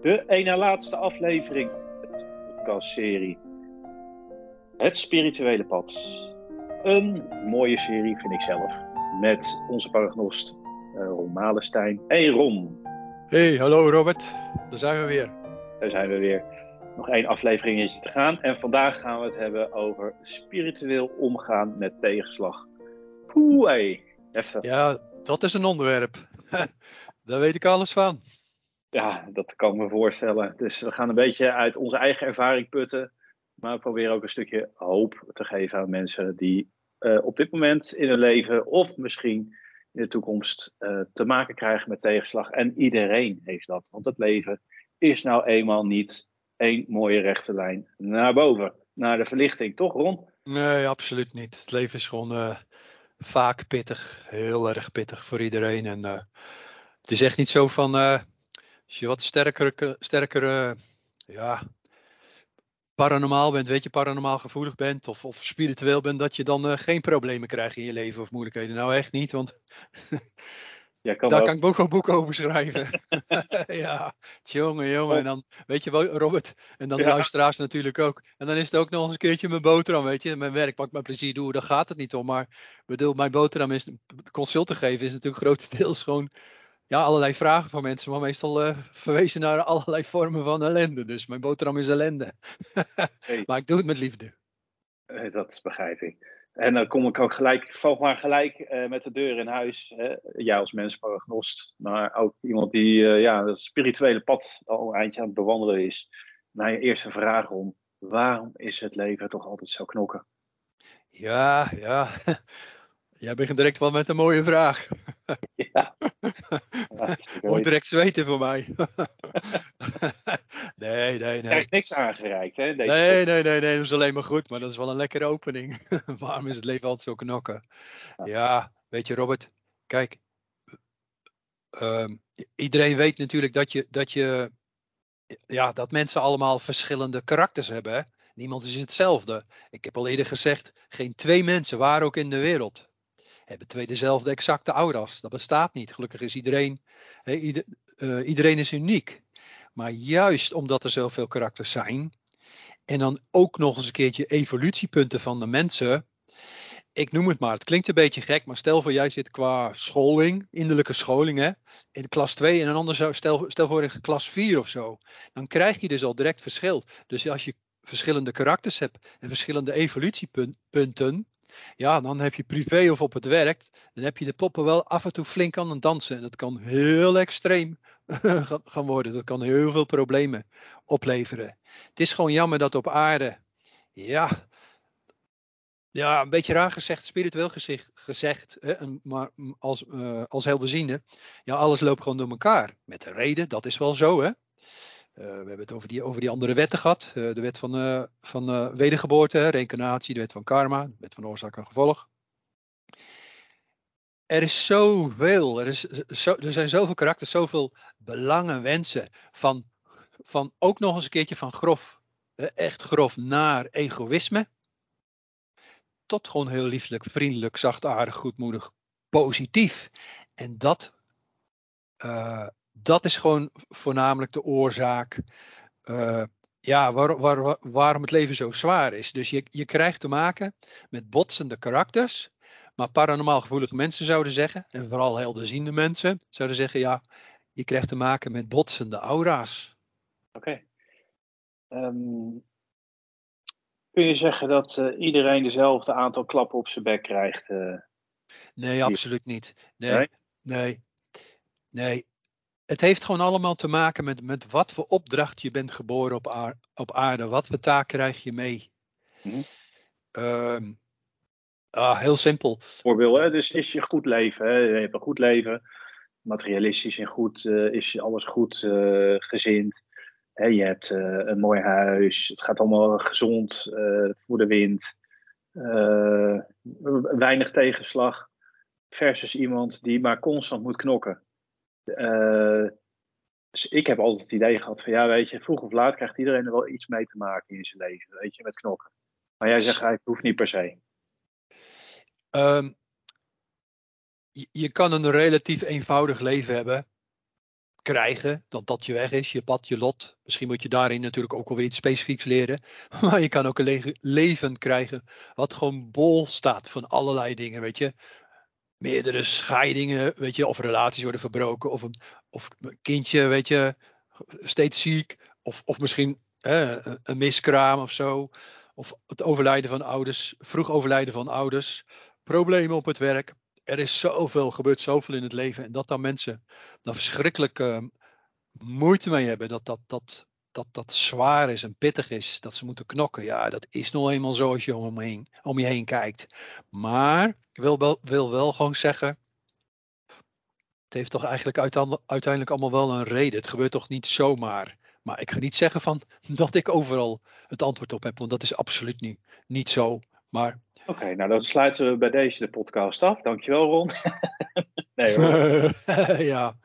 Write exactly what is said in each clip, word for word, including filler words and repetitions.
De een na laatste aflevering van de podcastserie Het Spirituele Pad. Een mooie serie vind ik zelf. Met onze paragnost uh, Ron Malenstein. Hey Ron. Hey, hallo Robert. Daar zijn we weer. Daar zijn we weer. Nog één afleveringetje te gaan. En vandaag gaan we het hebben over spiritueel omgaan met tegenslag. Poeh, hey. Even. Ja, dat is een onderwerp. Daar weet ik alles van. Ja, dat kan ik me voorstellen. Dus we gaan een beetje uit onze eigen ervaring putten. Maar we proberen ook een stukje hoop te geven aan mensen die uh, op dit moment in hun leven of misschien in de toekomst uh, te maken krijgen met tegenslag. En iedereen heeft dat. Want het leven is nou eenmaal niet één mooie rechte lijn naar boven. Naar de verlichting, toch Ron? Nee, absoluut niet. Het leven is gewoon uh, vaak pittig. Heel erg pittig voor iedereen. En uh, het is echt niet zo van... Uh, als je wat sterker, sterker uh, ja, paranormaal bent, weet je, paranormaal gevoelig bent of, of spiritueel bent, dat je dan uh, geen problemen krijgt in je leven of moeilijkheden. Nou, echt niet, want kan daar ook... kan ik ook een boek over schrijven. Ja, jongen, jongen. En dan, weet je wel, Robert, en dan de ja. luisteraars natuurlijk ook. En dan is het ook nog eens een keertje mijn boterham, weet je. Mijn werk, pak mijn plezier doen, daar gaat het niet om. Maar bedoel, mijn boterham is, consult te geven is natuurlijk grotendeels gewoon... Ja, allerlei vragen van mensen, maar meestal uh, verwezen naar allerlei vormen van ellende. Dus mijn boterham is ellende. Hey. Maar ik doe het met liefde. Uh, dat begrijp ik. En dan kom ik ook gelijk, ik val maar gelijk uh, met de deur in huis. Hè? Jij als mensparagnost, maar ook iemand die uh, ja, het spirituele pad al een eindje aan het bewandelen is. Naar je eerste vraag om, waarom is het leven toch altijd zo knokken? Ja, ja. Jij begint direct wel met een mooie vraag. Ja. Wordt direct zweten voor mij. nee, nee, nee. Er is niks aangereikt, hè? Deze nee, nee, nee, nee, dat is alleen maar goed, maar dat is wel een lekkere opening. Waarom is het leven altijd zo knokken? Ja, ja weet je Robert, kijk. Um, iedereen weet natuurlijk dat je, dat je, ja, dat mensen allemaal verschillende karakters hebben, hè? Niemand is hetzelfde. Ik heb al eerder gezegd, geen twee mensen, waar ook in de wereld, hebben twee dezelfde exacte aura's. Dat bestaat niet. Gelukkig is iedereen, he, ieder, uh, iedereen is uniek. Maar juist omdat er zoveel karakters zijn, en dan ook nog eens een keertje evolutiepunten van de mensen. Ik noem het maar, het klinkt een beetje gek, maar stel voor jij zit qua scholing, innerlijke scholing, hè, in klas twee en een ander zou, stel, stel voor in klas vier of zo. Dan krijg je dus al direct verschil. Dus als je verschillende karakters hebt en verschillende evolutiepunten, ja, dan heb je privé of op het werk, dan heb je de poppen wel af en toe flink aan het dansen. En dat kan heel extreem gaan worden. Dat kan heel veel problemen opleveren. Het is gewoon jammer dat op aarde, ja, ja, een beetje raar gezegd, spiritueel gezicht, gezegd, hè, maar als, uh, als helderziende, ja, alles loopt gewoon door elkaar. Met een reden, dat is wel zo, hè. Uh, we hebben het over die, over die andere wetten gehad. Uh, de wet van, uh, van uh, wedergeboorte, reïncarnatie, de wet van karma, de wet van oorzaak en gevolg. Er is zoveel, er, is zo, er zijn zoveel karakters, zoveel belangen, wensen. Van, van ook nog eens een keertje van grof, uh, echt grof naar egoïsme. Tot gewoon heel lieflijk, vriendelijk, zachtaardig, goedmoedig, positief. En dat, uh, dat is gewoon voornamelijk de oorzaak uh, ja, waar, waar, waarom het leven zo zwaar is. Dus je, je krijgt te maken met botsende karakters. Maar paranormaal gevoelige mensen zouden zeggen, en vooral helderziende mensen, zouden zeggen, ja, je krijgt te maken met botsende aura's. Oké. Okay. Um... Kun je zeggen dat uh, iedereen dezelfde aantal klappen op zijn bek krijgt? Uh, nee, hier? absoluut niet. Nee, nee, nee, nee. Het heeft gewoon allemaal te maken met, met wat voor opdracht je bent geboren op, aard, op aarde. Wat voor taak krijg je mee? Mm-hmm. Um, ah, heel simpel. Voorbeeld, hè? Dus is je goed leven, hè? Je hebt een goed leven, materialistisch en goed, uh, is alles goed uh, gezind. Hè? Je hebt uh, een mooi huis, het gaat allemaal gezond uh, voor de wind. Uh, weinig tegenslag versus iemand die maar constant moet knokken. Uh, dus ik heb altijd het idee gehad van ja, weet je, vroeg of laat krijgt iedereen er wel iets mee te maken in zijn leven, weet je, met knokken. Maar jij zegt eigenlijk, het hoeft niet per se. Um, je, je kan een relatief eenvoudig leven hebben. krijgen, dat dat je weg is, je pad, je lot. Misschien moet je daarin natuurlijk ook wel weer iets specifieks leren. Maar je kan ook een le- leven krijgen wat gewoon bol staat van allerlei dingen, weet je. Meerdere scheidingen, weet je, of relaties worden verbroken, of een, of een kindje, weet je, steeds ziek, of, of misschien hè, een, een miskraam of zo. Of het overlijden van ouders, vroeg overlijden van ouders, problemen op het werk. Er is zoveel, gebeurt zoveel in het leven. En dat daar mensen daar verschrikkelijk uh, moeite mee hebben. Dat dat, dat, dat dat zwaar is en pittig is. Dat ze moeten knokken. Ja, dat is nou eenmaal zo als je om, me heen, om je heen kijkt. Maar ik wil wel, wil wel gewoon zeggen. Het heeft toch eigenlijk uiteindelijk allemaal wel een reden. Het gebeurt toch niet zomaar. Maar ik ga niet zeggen van dat ik overal het antwoord op heb. Want dat is absoluut niet, niet zo. Maar... Oké, okay, nou dan sluiten we bij deze de podcast af. Dankjewel Ron. Nee hoor. Ja.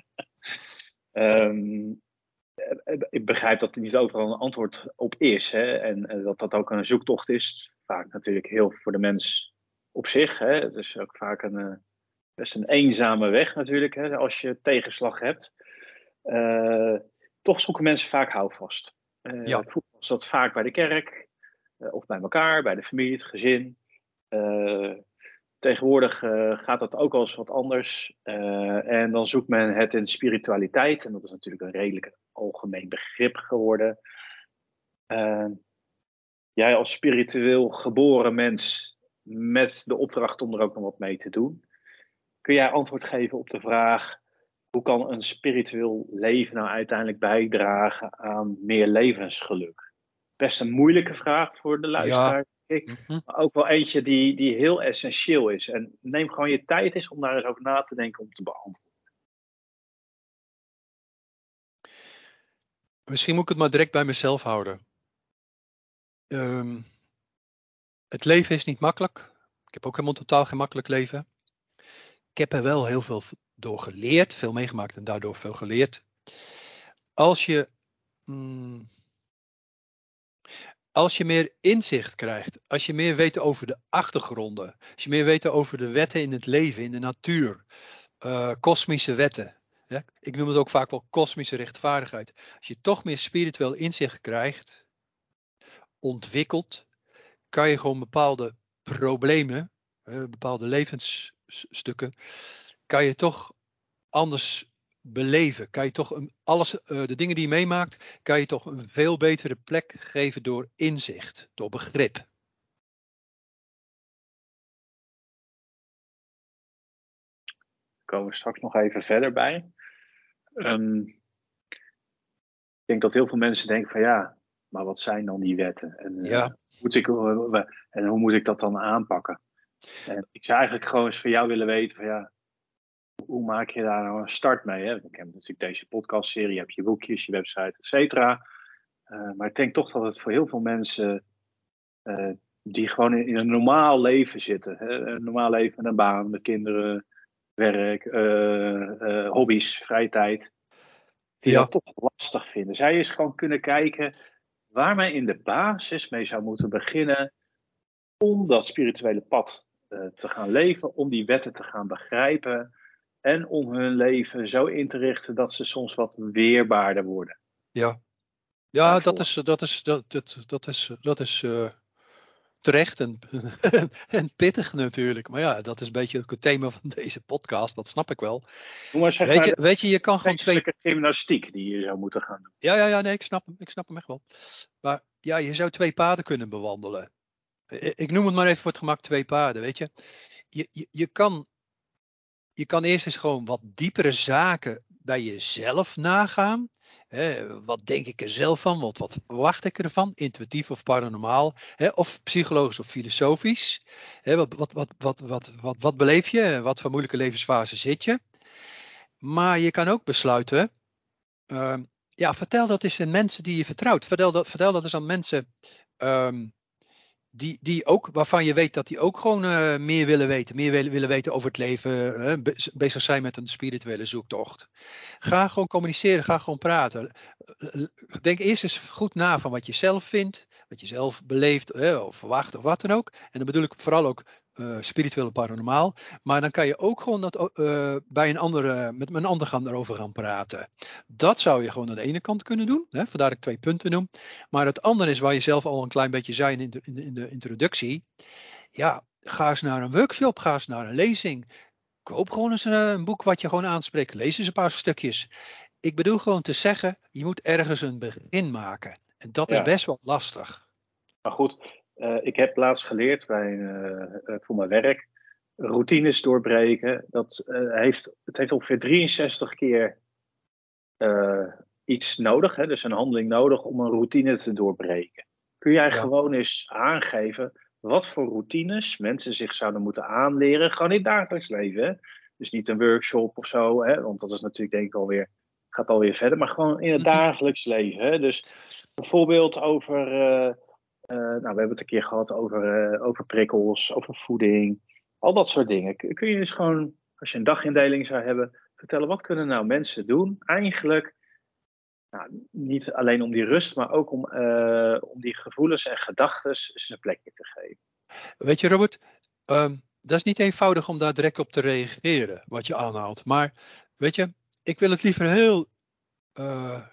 Um, ik begrijp dat er niet overal een antwoord op is. Hè? En, en dat dat ook een zoektocht is. Vaak natuurlijk heel voor de mens op zich. Hè? Het is ook vaak een, best een eenzame weg natuurlijk. Hè? Als je tegenslag hebt. Uh, toch zoeken mensen vaak houvast. Uh, Ja. Vroeger was dat vaak bij de kerk. Uh, of bij elkaar, bij de familie, het gezin. Uh, tegenwoordig uh, gaat dat ook wel eens wat anders. Uh, en dan zoekt men het in spiritualiteit. En dat is natuurlijk een redelijk algemeen begrip geworden. Uh, jij als spiritueel geboren mens met de opdracht om er ook nog wat mee te doen. Kun jij antwoord geven op de vraag: hoe kan een spiritueel leven nou uiteindelijk bijdragen aan meer levensgeluk? Best een moeilijke vraag voor de luisteraar. Ja. Ik, mm-hmm. Maar ook wel eentje die, die heel essentieel is. En neem gewoon je tijd eens om daar eens over na te denken om te beantwoorden. Misschien moet ik het maar direct bij mezelf houden. Um, het leven is niet makkelijk. Ik heb ook helemaal totaal geen makkelijk leven. Ik heb er wel heel veel door geleerd. Veel meegemaakt en daardoor veel geleerd. Als je... Mm, Als je meer inzicht krijgt, als je meer weet over de achtergronden, als je meer weet over de wetten in het leven, in de natuur, uh, kosmische wetten. Hè? Ik noem het ook vaak wel kosmische rechtvaardigheid. Als je toch meer spiritueel inzicht krijgt, ontwikkelt, kan je gewoon bepaalde problemen, uh, bepaalde levensstukken, kan je toch anders beleven. Kan je toch een, alles, uh, de dingen die je meemaakt, kan je toch een veel betere plek geven door inzicht, door begrip. Daar komen we straks nog even verder bij. Um, ik denk dat heel veel mensen denken van ja, maar wat zijn dan die wetten? En, uh, ja. moet ik, uh, en hoe moet ik dat dan aanpakken? En ik zou eigenlijk gewoon eens van jou willen weten van ja, hoe maak je daar nou een start mee? Hè? Ik heb natuurlijk deze podcastserie, je hebt je boekjes, je website, et cetera. Uh, maar ik denk toch dat het voor heel veel mensen uh, die gewoon in, in een normaal leven zitten. Hè? Een normaal leven met een baan, met kinderen, werk, uh, uh, hobby's, vrije tijd. Die ja. dat toch lastig vinden. Zij eens gewoon kunnen kijken waar men in de basis mee zou moeten beginnen om dat spirituele pad uh, te gaan leven, om die wetten te gaan begrijpen. En om hun leven zo in te richten dat ze soms wat weerbaarder worden. Ja, ja dat is, dat is, dat, dat, dat is, dat is uh, terecht en, en pittig natuurlijk. Maar ja, dat is een beetje ook het thema van deze podcast. Dat snap ik wel. Maar zeg weet, maar, je, weet je, je kan gewoon twee... gymnastiek die je zou moeten gaan doen. Ja, ja, ja, nee, ik snap hem. Ik snap hem echt wel. Maar ja, je zou twee paden kunnen bewandelen. Ik noem het maar even voor het gemak twee paden, weet je. Je, je, je kan... Je kan eerst eens gewoon wat diepere zaken bij jezelf nagaan. Hè, wat denk ik er zelf van? Wat, wat verwacht ik ervan? Intuïtief of paranormaal? Hè, of psychologisch of filosofisch? Hè, wat, wat, wat, wat, wat, wat, wat beleef je? Wat voor moeilijke levensfase zit je? Maar je kan ook besluiten. Uh, ja, vertel dat eens aan mensen die je vertrouwt. Vertel dat, vertel dat eens aan mensen... Um, Die, die ook, waarvan je weet dat die ook gewoon uh, meer willen weten. Meer willen, willen weten over het leven. Uh, be- bezig zijn met een spirituele zoektocht. Ga gewoon communiceren. Ga gewoon praten. Denk eerst eens goed na van wat je zelf vindt. Wat je zelf beleeft uh, of verwacht of wat dan ook. En dan bedoel ik vooral ook uh, spiritueel en paranormaal. Maar dan kan je ook gewoon dat, uh, bij een andere, met een ander gaan erover gaan praten. Dat zou je gewoon aan de ene kant kunnen doen. Hè, vandaar dat ik twee punten noem. Maar het andere is waar je zelf al een klein beetje zei in de, in de, in de introductie. Ja, ga eens naar een workshop, ga eens naar een lezing. Koop gewoon eens een, een boek wat je gewoon aanspreekt. Lees eens een paar stukjes. Ik bedoel gewoon te zeggen, je moet ergens een begin maken. En dat ja. is best wel lastig. Maar goed, uh, ik heb laatst geleerd bij, uh, uh, voor mijn werk, routines doorbreken. Dat, uh, heeft, het heeft ongeveer drieënzestig keer uh, iets nodig, hè, dus een handeling nodig om een routine te doorbreken. Kun jij ja. gewoon eens aangeven wat voor routines mensen zich zouden moeten aanleren, gewoon in het dagelijks leven. Hè? Dus niet een workshop of zo, hè, want dat is natuurlijk denk ik alweer, gaat alweer verder, maar gewoon in het dagelijks leven. Hè? Dus bijvoorbeeld over, uh, uh, nou we hebben het een keer gehad over, uh, over prikkels, over voeding, al dat soort dingen. Kun je dus gewoon, als je een dagindeling zou hebben, vertellen wat kunnen nou mensen doen eigenlijk, nou, niet alleen om die rust, maar ook om, uh, om die gevoelens en gedachten eens een plekje te geven. Weet je Robert, um, dat is niet eenvoudig om daar direct op te reageren, wat je aanhaalt. Maar weet je, ik wil het liever heel uh,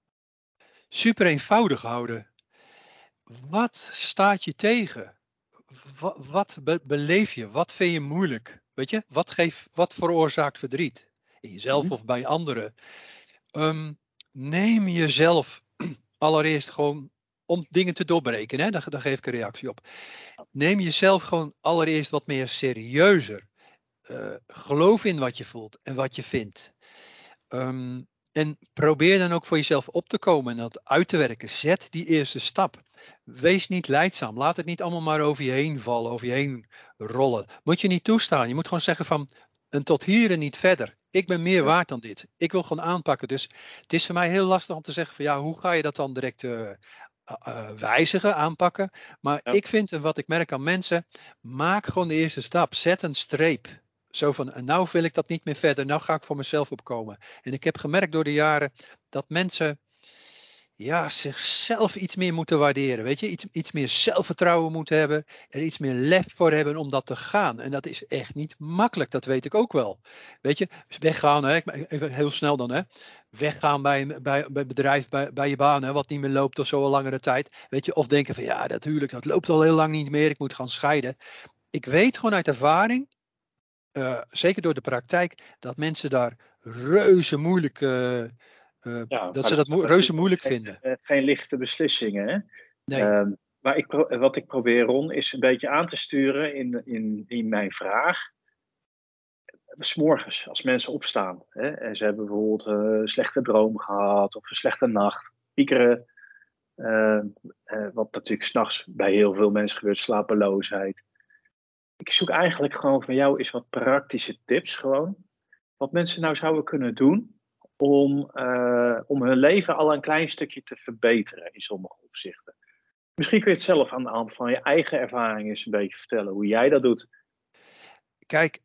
super eenvoudig houden. Wat staat je tegen? Wat, wat be- beleef je? Wat vind je moeilijk? Weet je, wat, geeft, wat veroorzaakt verdriet? In jezelf mm-hmm. of bij anderen? Um, neem jezelf allereerst gewoon om dingen te doorbreken. Hè? Daar, daar geef ik een reactie op. Neem jezelf gewoon allereerst wat meer serieuzer. Uh, geloof in wat je voelt en wat je vindt. Um, en probeer dan ook voor jezelf op te komen en dat uit te werken. Zet die eerste stap. Wees niet lijdzaam. Laat het niet allemaal maar over je heen vallen, over je heen rollen. Moet je niet toestaan. Je moet gewoon zeggen van, en tot hier en niet verder. Ik ben meer waard dan dit. Ik wil gewoon aanpakken. Dus het is voor mij heel lastig om te zeggen van ja, hoe ga je dat dan direct uh, uh, wijzigen, aanpakken. Maar ja. ik vind, en wat ik merk aan mensen, maak gewoon de eerste stap. Zet een streep. Zo van, en nou wil ik dat niet meer verder. Nou ga ik voor mezelf opkomen. En ik heb gemerkt door de jaren dat mensen ja, zichzelf iets meer moeten waarderen. Weet je, iets, iets meer zelfvertrouwen moeten hebben. Er iets meer lef voor hebben om dat te gaan. En dat is echt niet makkelijk. Dat weet ik ook wel. Weet je, weggaan, hè, even heel snel dan, hè. Weggaan bij, bij, bij het bedrijf, bij, bij je baan, hè, wat niet meer loopt of zo al langere tijd. Weet je, of denken van ja, natuurlijk, dat loopt al heel lang niet meer. Ik moet gaan scheiden. Ik weet gewoon uit ervaring, uh, zeker door de praktijk, dat mensen daar reuze moeilijk... Uh, Uh, ja, dat ze dat, dat mo- reuze moeilijk geen, vinden. Uh, geen lichte beslissingen. Hè? Nee. Um, maar ik pro- wat ik probeer, Ron, is een beetje aan te sturen in, in, in mijn vraag. 'S Morgens, als mensen opstaan. Hè, en ze hebben bijvoorbeeld uh, een slechte droom gehad of een slechte nacht. Piekeren. Uh, uh, wat natuurlijk 's nachts bij heel veel mensen gebeurt, slapeloosheid. Ik zoek eigenlijk gewoon van jou eens wat praktische tips gewoon. Wat mensen nou zouden kunnen doen om, uh, om hun leven al een klein stukje te verbeteren in sommige opzichten. Misschien kun je het zelf aan de hand van je eigen ervaring eens een beetje vertellen hoe jij dat doet. Kijk,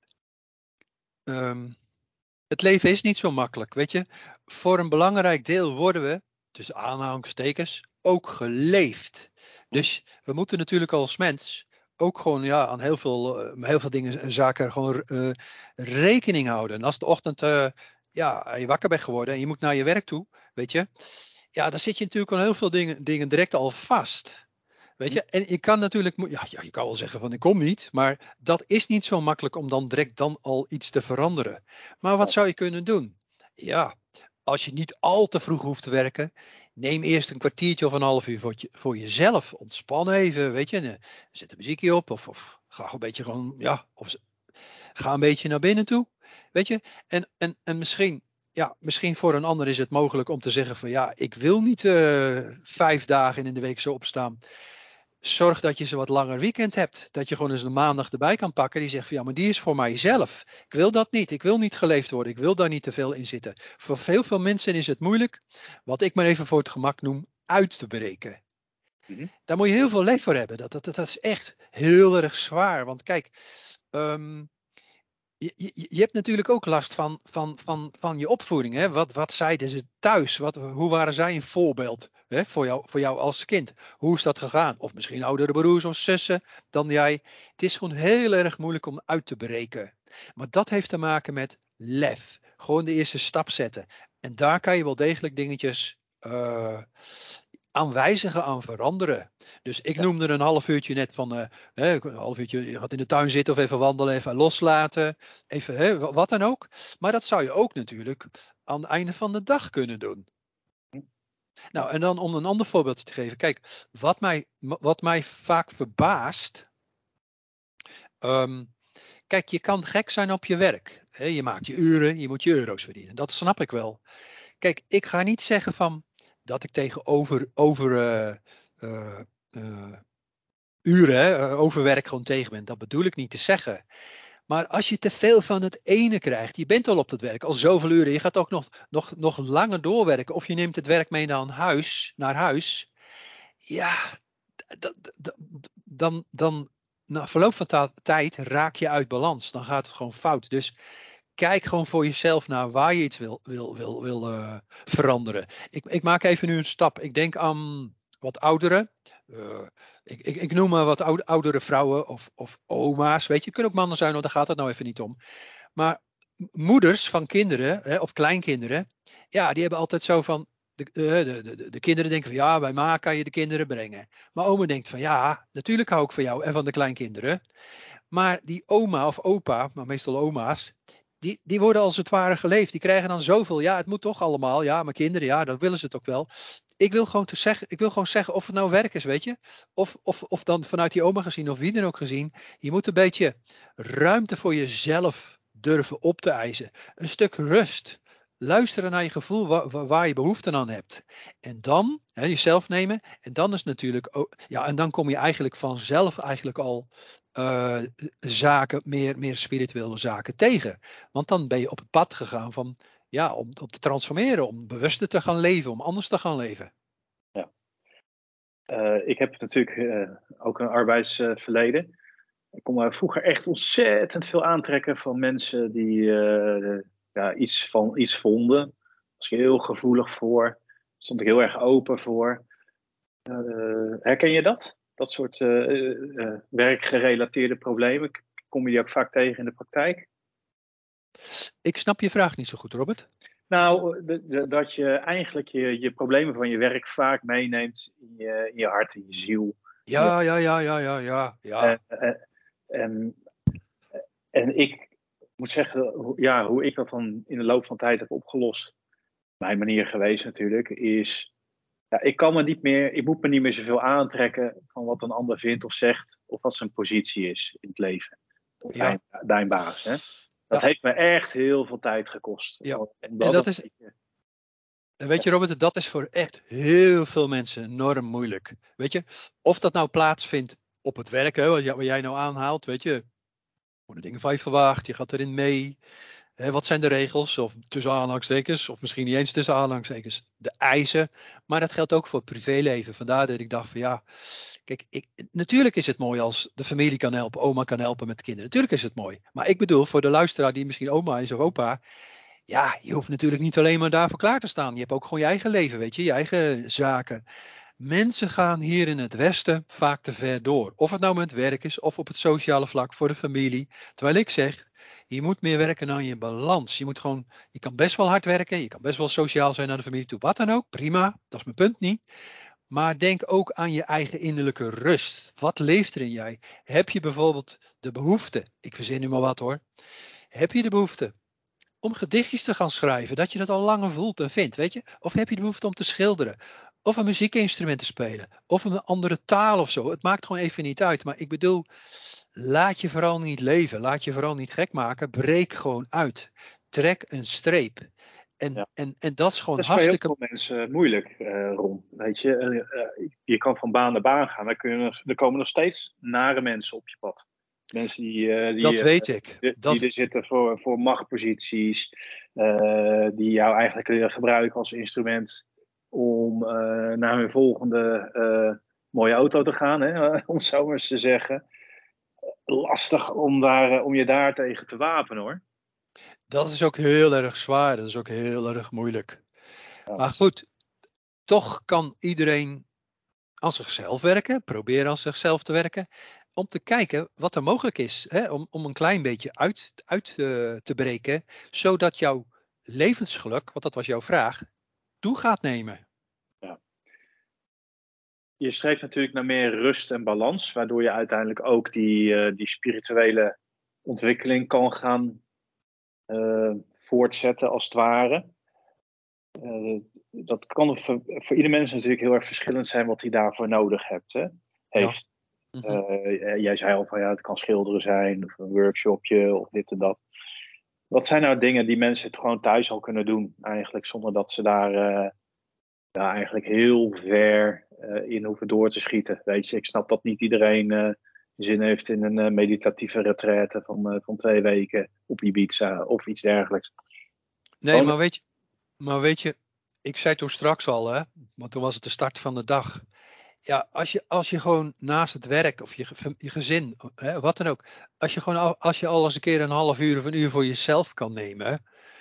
um, het leven is niet zo makkelijk, weet je. Voor een belangrijk deel worden we, tussen aanhalingstekens, ook geleefd. Dus we moeten natuurlijk als mens ook gewoon ja, aan heel veel, uh, heel veel dingen en zaken gewoon uh, rekening houden. En als de ochtend uh, ja, je wakker bent geworden en je moet naar je werk toe, weet je. Ja, dan zit je natuurlijk aan heel veel dingen, dingen direct al vast. Weet je, en je kan natuurlijk, ja, ja, je kan wel zeggen van ik kom niet, maar dat is niet zo makkelijk om dan direct dan al iets te veranderen. Maar wat zou je kunnen doen? Ja, als je niet al te vroeg hoeft te werken, neem eerst een kwartiertje of een half uur voor, je, voor jezelf. Ontspan even, weet je, zet een muziekje op of, of ga een beetje gewoon, ja, of ga een beetje naar binnen toe, weet je. En, en, en misschien, ja, misschien voor een ander is het mogelijk om te zeggen van ja, ik wil niet uh, vijf dagen in de week zo opstaan. Zorg dat je ze wat langer weekend hebt. Dat je gewoon eens een maandag erbij kan pakken. Die zegt van ja, maar die is voor mijzelf. Ik wil dat niet. Ik wil niet geleefd worden. Ik wil daar niet te veel in zitten. Voor heel veel mensen is het moeilijk, wat ik maar even voor het gemak noem, uit te breken. Mm-hmm. Daar moet je heel veel lef voor hebben. Dat, dat, dat is echt heel erg zwaar. Want kijk, um, je, je, je hebt natuurlijk ook last van, van, van, van je opvoeding. Hè? Wat, wat zeiden ze thuis? Wat, hoe waren zij een voorbeeld, hè? Voor, jou, voor jou als kind? Hoe is dat gegaan? Of misschien oudere broers of zussen dan jij. Het is gewoon heel erg moeilijk om uit te breken. Maar dat heeft te maken met lef. Gewoon de eerste stap zetten. En daar kan je wel degelijk dingetjes uh, aan wijzigen, aan veranderen. Dus ik Ja. noemde er een half uurtje net van, uh, hè, een half uurtje, je gaat in de tuin zitten of even wandelen, even loslaten, even hè, wat dan ook. Maar dat zou je ook natuurlijk aan het einde van de dag kunnen doen. Nou, en dan om een ander voorbeeld te geven. Kijk, wat mij, wat mij vaak verbaast. Um, kijk, je kan gek zijn op je werk. Hè? Je maakt je uren, je moet je euro's verdienen. Dat snap ik wel. Kijk, ik ga niet zeggen van dat ik tegenover over, uh, uh, uh, uren, hè, overwerk gewoon tegen ben. Dat bedoel ik niet te zeggen. Maar als je te veel van het ene krijgt, je bent al op dat werk, al zoveel uren, je gaat ook nog, nog, nog langer doorwerken. Of je neemt het werk mee naar huis, naar huis. Ja, dan, dan na verloop van tijd raak je uit balans. Dan gaat het gewoon fout. Dus kijk gewoon voor jezelf naar waar je iets wil, wil, wil, wil uh, veranderen. Ik, ik maak even nu een stap. Ik denk aan wat ouderen. Uh, ik, ik, ik noem maar wat oude, oudere vrouwen of, of oma's. Weet je, het kunnen ook mannen zijn, want daar gaat het nou even niet om. Maar moeders van kinderen hè, of kleinkinderen. Ja, die hebben altijd zo van. De, de, de, de kinderen denken van ja, bij ma kan je de kinderen brengen. Maar oma denkt van ja, natuurlijk hou ik van jou en van de kleinkinderen. Maar die oma of opa, maar meestal oma's, die, die worden als het ware geleefd. Die krijgen dan zoveel. Ja, het moet toch allemaal. Ja, mijn kinderen, ja, dat willen ze het ook wel. Ik wil gewoon, te zeggen, ik wil gewoon zeggen of het nou werk is, weet je. Of, of, of dan vanuit die oma gezien of wie dan ook gezien. Je moet een beetje ruimte voor jezelf durven op te eisen. Een stuk rust. Luisteren naar je gevoel waar, waar je behoefte aan hebt. En dan hè, jezelf nemen. En dan is natuurlijk ook, ja, en dan kom je eigenlijk vanzelf eigenlijk al uh, zaken, meer, meer spirituele zaken tegen. Want dan ben je op het pad gegaan van, ja, om, om te transformeren, om bewuster te gaan leven, om anders te gaan leven. Ja. Uh, ik heb natuurlijk uh, ook een arbeidsverleden. Ik kon me vroeger echt ontzettend veel aantrekken van mensen die uh, ja, iets, van, iets vonden. Daar was ik heel gevoelig voor. Daar stond ik heel erg open voor. Uh, herken je dat? Dat soort uh, uh, werkgerelateerde problemen. Kom je die ook vaak tegen in de praktijk? Ik snap je vraag niet zo goed, Robert. Nou, de, de, dat je eigenlijk je, je problemen van je werk vaak meeneemt in je, in je hart, in je ziel. Ja, ja, ja, ja, ja, ja. ja. En, en, en ik moet zeggen, ja, hoe ik dat dan in de loop van tijd heb opgelost, mijn manier geweest natuurlijk, is, ja, ik kan me niet meer, ik moet me niet meer zoveel aantrekken van wat een ander vindt of zegt, of wat zijn positie is in het leven. Of Ja. Mijn, mijn baas, hè. Dat ja. heeft me echt heel veel tijd gekost. Ja. En dat is, en weet je Robert, dat is voor echt heel veel mensen enorm moeilijk. Weet je, of dat nou plaatsvindt op het werk, hè, wat jij nou aanhaalt, weet je, worden dingen van je verwacht, je gaat erin mee. Hè, wat zijn de regels, of tussen aanhalingstekens, of misschien niet eens tussen aanhalingstekens, de eisen. Maar dat geldt ook voor het privéleven. Vandaar dat ik dacht van ja, kijk, ik, natuurlijk is het mooi als de familie kan helpen, oma kan helpen met kinderen. Natuurlijk is het mooi. Maar ik bedoel, voor de luisteraar die misschien oma is of opa, ja, je hoeft natuurlijk niet alleen maar daarvoor klaar te staan. Je hebt ook gewoon je eigen leven, weet je, je eigen zaken. Mensen gaan hier in het Westen vaak te ver door. Of het nou met werk is, of op het sociale vlak voor de familie. Terwijl ik zeg, je moet meer werken aan je balans. Je moet gewoon, je kan best wel hard werken, je kan best wel sociaal zijn naar de familie toe. Wat dan ook, prima, dat is mijn punt niet. Maar denk ook aan je eigen innerlijke rust. Wat leeft er in jij? Heb je bijvoorbeeld de behoefte, ik verzin nu maar wat hoor. Heb je de behoefte om gedichtjes te gaan schrijven, dat je dat al langer voelt en vindt, weet je? Of heb je de behoefte om te schilderen? Of een muziekinstrument te spelen? Of een andere taal of zo? Het maakt gewoon even niet uit. Maar ik bedoel, laat je vooral niet leven. Laat je vooral niet gek maken. Breek gewoon uit. Trek een streep. En, ja. en, en dat is gewoon dat is hartstikke... voor heel veel mensen moeilijk, uh, Ron. Weet je, uh, uh, je kan van baan naar baan gaan. Dan kun je nog, er komen nog steeds nare mensen op je pad. Mensen die, uh, die, dat weet ik. Uh, die, dat... die er zitten voor, voor machtposities. Uh, die jou eigenlijk willen gebruiken als instrument om uh, naar hun volgende uh, mooie auto te gaan. Hè, om zo maar eens te zeggen. lastig om, daar, eh, om je daar tegen te wapenen hoor. Dat is ook heel erg zwaar. Dat is ook heel erg moeilijk. Ja. Maar goed, toch kan iedereen aan zichzelf werken. Proberen aan zichzelf te werken. Om te kijken wat er mogelijk is. Hè? Om, om een klein beetje uit, uit uh, te breken. Zodat jouw levensgeluk, want dat was jouw vraag, toe gaat nemen. Ja. Je streeft natuurlijk naar meer rust en balans. Waardoor je uiteindelijk ook die, uh, die spirituele ontwikkeling kan gaan uh, voortzetten als het ware. Uh, dat kan voor, voor ieder mens natuurlijk heel erg verschillend zijn wat hij daarvoor nodig hebt, hè? heeft. Ja. Mm-hmm. Uh, jij zei al van ja, het kan schilderen zijn of een workshopje of dit en dat. Wat zijn nou dingen die mensen het gewoon thuis al kunnen doen eigenlijk zonder dat ze daar uh, ja, eigenlijk heel ver uh, in hoeven door te schieten? Weet je, ik snap dat niet iedereen uh, zin heeft in een uh, meditatieve retraite van, uh, van twee weken op Ibiza of iets dergelijks. Nee, gewoon... maar weet je, Maar weet je, ik zei toen straks al, hè, want toen was het de start van de dag. Ja, als je, als je gewoon naast het werk of je, je gezin, hè, wat dan ook. Als je gewoon al, als je al eens een keer een half uur of een uur voor jezelf kan nemen.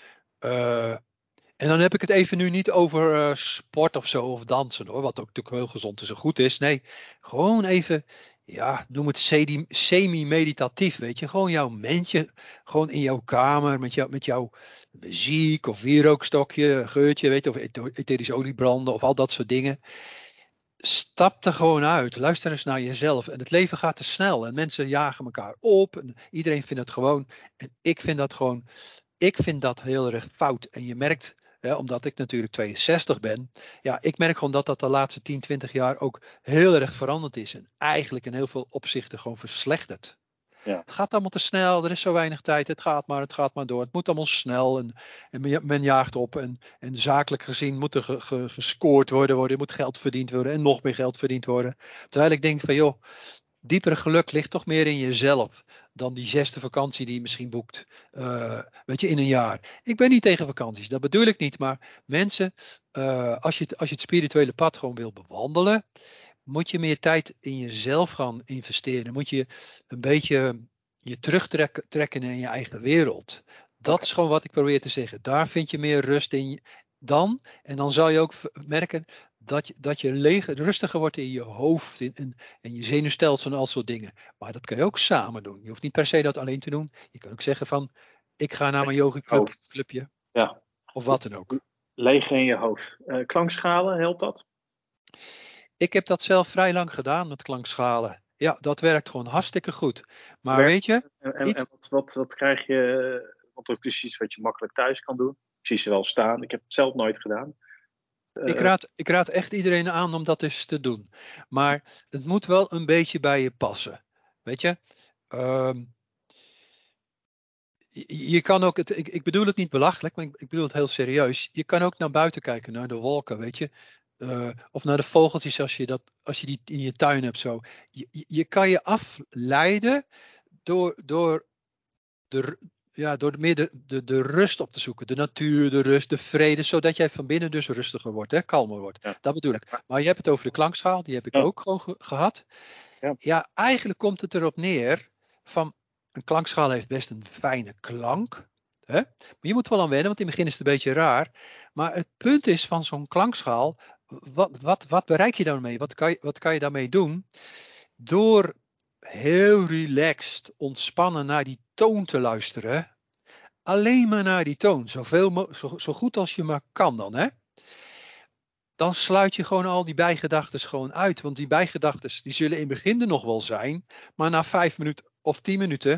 Uh, en dan heb ik het even nu niet over uh, sport of zo of dansen hoor. Wat ook natuurlijk heel gezond is en goed is. Nee, gewoon even, ja, noem het semi-meditatief, weet je. Gewoon jouw mensje, gewoon in jouw kamer met, jou, met jouw muziek of wierookstokje, geurtje, weet je. Of etherische oliebranden of al dat soort dingen. Stap er gewoon uit. Luister eens naar jezelf. En het leven gaat te snel. En mensen jagen elkaar op. En iedereen vindt het gewoon. En ik vind dat gewoon, ik vind dat heel erg fout. En je merkt... Ja, omdat ik natuurlijk tweeënzestig ben. Ja, ik merk gewoon dat dat de laatste tien, twintig jaar ook heel erg veranderd is. En eigenlijk in heel veel opzichten gewoon verslechterd. Ja. Het gaat allemaal te snel, er is zo weinig tijd. Het gaat maar, het gaat maar door. Het moet allemaal snel en, en men jaagt op. En, en zakelijk gezien moet er ge, ge, gescoord worden, worden. Er moet geld verdiend worden en nog meer geld verdiend worden. Terwijl ik denk van joh, diepere geluk ligt toch meer in jezelf dan die zesde vakantie die je misschien boekt, uh, weet je, in een jaar. Ik ben niet tegen vakanties, dat bedoel ik niet. Maar mensen, uh, als, je, als je het spirituele pad gewoon wil bewandelen, moet je meer tijd in jezelf gaan investeren. Moet je een beetje je terugtrekken in je eigen wereld. Dat okay. is gewoon wat ik probeer te zeggen. Daar vind je meer rust in dan. En dan zal je ook merken dat je, dat je leeg, rustiger wordt in je hoofd in, in, en je zenuwstelsel en al soort dingen. Maar dat kan je ook samen doen. Je hoeft niet per se dat alleen te doen. Je kan ook zeggen van, ik ga naar mijn yogaclubje. Ja. Of wat dan ook. Leeg in je hoofd. Uh, klankschalen, helpt dat? Ik heb dat zelf vrij lang gedaan met klankschalen. Ja, dat werkt gewoon hartstikke goed. Maar Werk, weet je... En, en, iets... en wat, wat, wat krijg je... Want dat is iets wat je makkelijk thuis kan doen. Ik zie ze wel staan. Ik heb het zelf nooit gedaan. Uh, ik, raad, ik raad echt iedereen aan om dat eens te doen. Maar het moet wel een beetje bij je passen. Weet je? Um, je, je kan ook... Het, ik, ik bedoel het niet belachelijk, maar ik, ik bedoel het heel serieus. Je kan ook naar buiten kijken, naar de wolken, weet je. Uh, of naar de vogeltjes als je, dat, als je die in je tuin hebt. Zo. Je, je kan je afleiden door, door, de, ja, door meer de, de, de rust op te zoeken. De natuur, de rust, de vrede. Zodat jij van binnen dus rustiger wordt, hè, kalmer wordt. Ja. Dat bedoel ik. Maar je hebt het over de klankschaal. Die heb ik ja. ook gewoon ge, gehad. Ja. ja, eigenlijk komt het erop neer. Van een klankschaal heeft best een fijne klank. Hè? Maar je moet wel aan wennen, want in het begin is het een beetje raar. Maar het punt is van zo'n klankschaal, wat, wat, wat bereik je daarmee? Wat kan je, wat kan je daarmee doen? Door heel relaxed, ontspannen naar die toon te luisteren. Alleen maar naar die toon, zoveel, zo, zo goed als je maar kan dan. Hè? Dan sluit je gewoon al die bijgedachten gewoon uit. Want die bijgedachten die zullen in het begin er nog wel zijn. Maar na vijf minuten of tien minuten...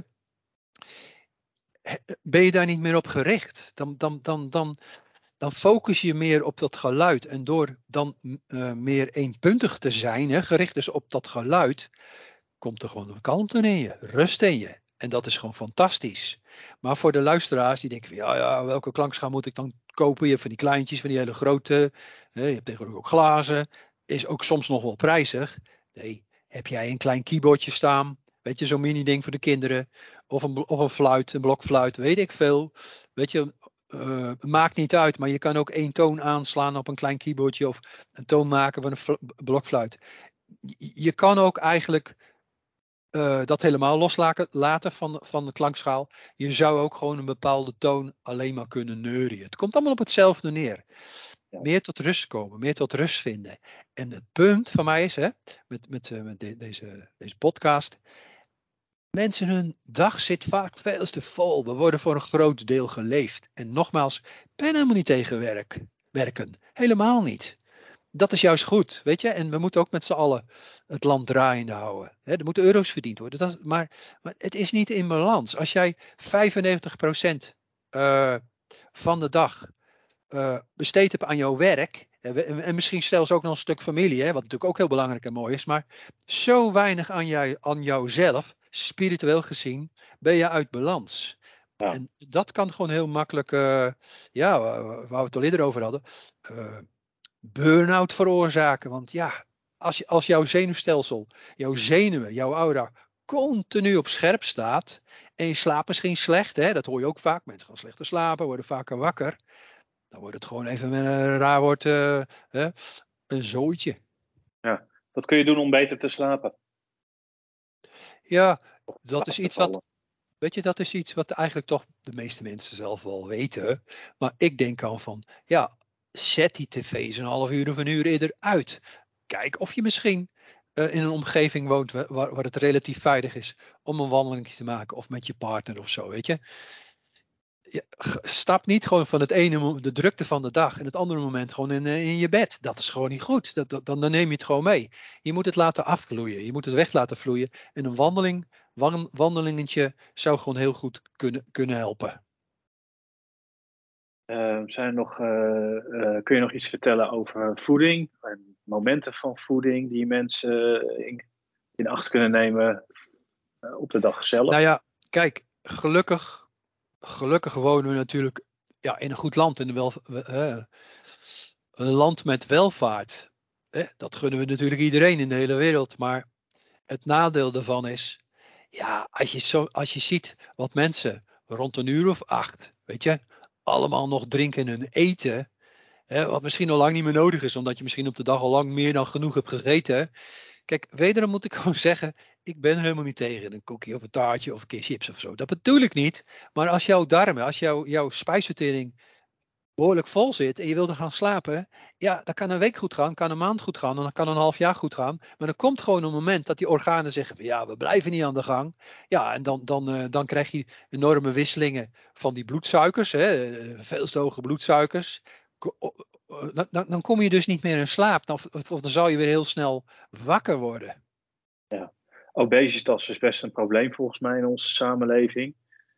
ben je daar niet meer op gericht. Dan, dan, dan, dan, dan focus je meer op dat geluid. En door dan uh, meer eenpuntig te zijn, hè, gericht dus op dat geluid, komt er gewoon een kalmte in je, rust in je. En dat is gewoon fantastisch. Maar voor de luisteraars die denken van, ja, ja, welke klankschaal moet ik dan kopen? Je hebt van die kleintjes, van die hele grote. Hè, je hebt tegenwoordig ook glazen. Is ook soms nog wel prijzig. Nee, heb jij een klein keyboardje staan? Weet je, zo'n mini ding voor de kinderen. Of een, of een fluit, een blokfluit, weet ik veel. Weet je, uh, maakt niet uit. Maar je kan ook één toon aanslaan op een klein keyboardje. Of een toon maken van een blokfluit. Je, je kan ook eigenlijk uh, dat helemaal loslaten laten van, van de klankschaal. Je zou ook gewoon een bepaalde toon alleen maar kunnen neurien. Het komt allemaal op hetzelfde neer. Ja. Meer tot rust komen, meer tot rust vinden. En het punt van mij is, hè, met, met, uh, met de, deze, deze podcast. Mensen, hun dag zit vaak veel te vol. We worden voor een groot deel geleefd. En nogmaals, ik ben helemaal niet tegen werk, werken. Helemaal niet. Dat is juist goed, weet je. En we moeten ook met z'n allen het land draaiende houden. Hè, er moeten euro's verdiend worden. Dat is, maar, maar het is niet in balans. Als jij vijfennegentig procent uh, van de dag uh, besteed hebt aan jouw werk. En, en misschien zelfs ook nog een stuk familie. Hè, wat natuurlijk ook heel belangrijk en mooi is. Maar zo weinig aan, jou, aan jouzelf, spiritueel gezien, ben je uit balans. Ja. En dat kan gewoon heel makkelijk, uh, ja, waar we het al eerder over hadden, uh, burn-out veroorzaken. Want ja, als, je, als jouw zenuwstelsel, jouw zenuwen, jouw aura continu op scherp staat en je slaapt misschien slecht, hè, dat hoor je ook vaak, mensen gaan slechter slapen, worden vaker wakker, dan wordt het gewoon even met een raar woord, uh, uh, een zooitje. Ja, wat kun je doen om beter te slapen? Ja, dat is iets wat, weet je, dat is iets wat eigenlijk toch de meeste mensen zelf wel weten. Maar ik denk al van, ja, zet die tv eens een half uur of een uur eerder uit. Kijk of je misschien uh, in een omgeving woont waar, waar het relatief veilig is om een wandeling te maken of met je partner of zo, weet je. Je stap niet gewoon van het ene, de drukte van de dag en het andere moment gewoon in, in je bed. Dat is gewoon niet goed. Dat, dat, dan, dan neem je het gewoon mee. Je moet het laten afvloeien. Je moet het weg laten vloeien. En een wandeling, wandelingetje zou gewoon heel goed kunnen, kunnen helpen. Uh, zijn er nog, uh, uh, kun je nog iets vertellen over voeding en momenten van voeding die mensen in, in acht kunnen nemen uh, op de dag zelf? Nou ja, kijk, gelukkig, gelukkig wonen we natuurlijk ja, in een goed land, in een, wel, uh, een land met welvaart. Eh, dat gunnen we natuurlijk iedereen in de hele wereld, maar het nadeel daarvan is, ja, als je, zo, als je ziet wat mensen rond een uur of acht, weet je, allemaal nog drinken en eten, hè, wat misschien al lang niet meer nodig is, omdat je misschien op de dag al lang meer dan genoeg hebt gegeten. Kijk, wederom moet ik gewoon zeggen, ik ben er helemaal niet tegen een koekje of een taartje of een keer chips of zo. Dat bedoel ik niet. Maar als jouw darmen, als jouw, jouw spijsvertering behoorlijk vol zit en je wilt er gaan slapen, ja, dan kan een week goed gaan, kan een maand goed gaan, dan kan een half jaar goed gaan. Maar er komt gewoon een moment dat die organen zeggen, ja, we blijven niet aan de gang. Ja, en dan, dan, uh, dan krijg je enorme wisselingen van die bloedsuikers, hè, veel te hoge bloedsuikers. Dan, dan kom je dus niet meer in slaap. Of, of dan zal je weer heel snel wakker worden. Ja, obesitas is best een probleem volgens mij in onze samenleving.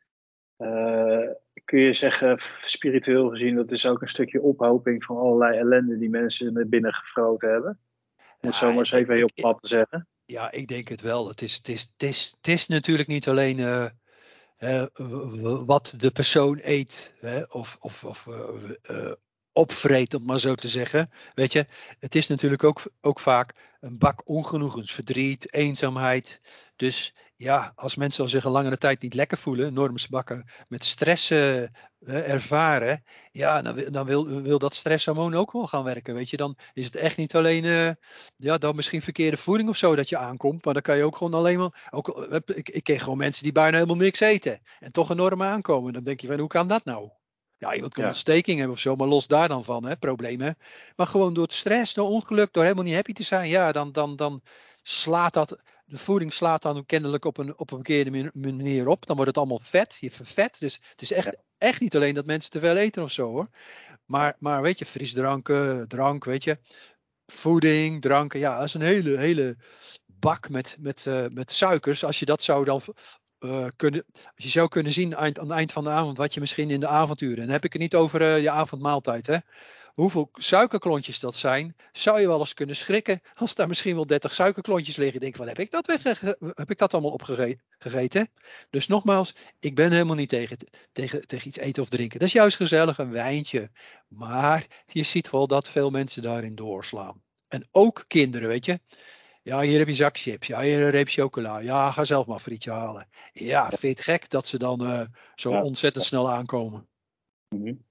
Uh, kun je zeggen, spiritueel gezien, dat is ook een stukje ophoping van allerlei ellende die mensen er binnen gefroten hebben? Om het ja, zo maar eens even heel plat te zeggen. Ja, ik denk het wel. Het is, het is, het is, het is natuurlijk niet alleen uh, uh, wat de persoon eet, hè, of, of, of uh, uh, opvreet, om het maar zo te zeggen. Weet je, het is natuurlijk ook, ook vaak een bak ongenoegens, verdriet, eenzaamheid. Dus ja, als mensen al zich een langere tijd niet lekker voelen, enorme bakken met stress uh, ervaren, ja, dan, dan wil, wil dat stresshormoon ook wel gaan werken. Weet je, dan is het echt niet alleen, uh, ja, dan misschien verkeerde voeding of zo dat je aankomt, maar dan kan je ook gewoon alleen maar, ook, ik, ik ken gewoon mensen die bijna helemaal niks eten en toch enorm aankomen. Dan denk je van, hoe kan dat nou? Ja, iemand kan ja. ontsteking hebben of zo, maar los daar dan van, hè, problemen. Maar gewoon door het stress, door ongeluk, door helemaal niet happy te zijn, ja, dan, dan, dan slaat dat, de voeding slaat dan kennelijk op een, op een verkeerde manier op. Dan wordt het allemaal vet, je vervet. Dus het is echt, ja. echt niet alleen dat mensen te veel eten of zo, hoor. Maar, maar weet je, frisdranken, drank, weet je, voeding, dranken, ja, dat is een hele, hele bak met, met, uh, met suikers. Als je dat zou dan uh, kunnen, als je zou kunnen zien aan het eind van de avond, wat je misschien in de avonduren, en dan heb ik het niet over uh, je avondmaaltijd, hè. Hoeveel suikerklontjes dat zijn, zou je wel eens kunnen schrikken als daar misschien wel dertig suikerklontjes liggen. Denk van, heb ik dat, wegge- heb ik dat allemaal opgegeten? Dus nogmaals, ik ben helemaal niet tegen, tegen, tegen iets eten of drinken. Dat is juist gezellig, een wijntje. Maar je ziet wel dat veel mensen daarin doorslaan. En ook kinderen, weet je. Ja, hier heb je zak chips. Ja, hier een reep chocola. Ja, ga zelf maar een frietje halen. Ja, vind je het gek dat ze dan uh, zo ja. ontzettend snel aankomen? Mm-hmm.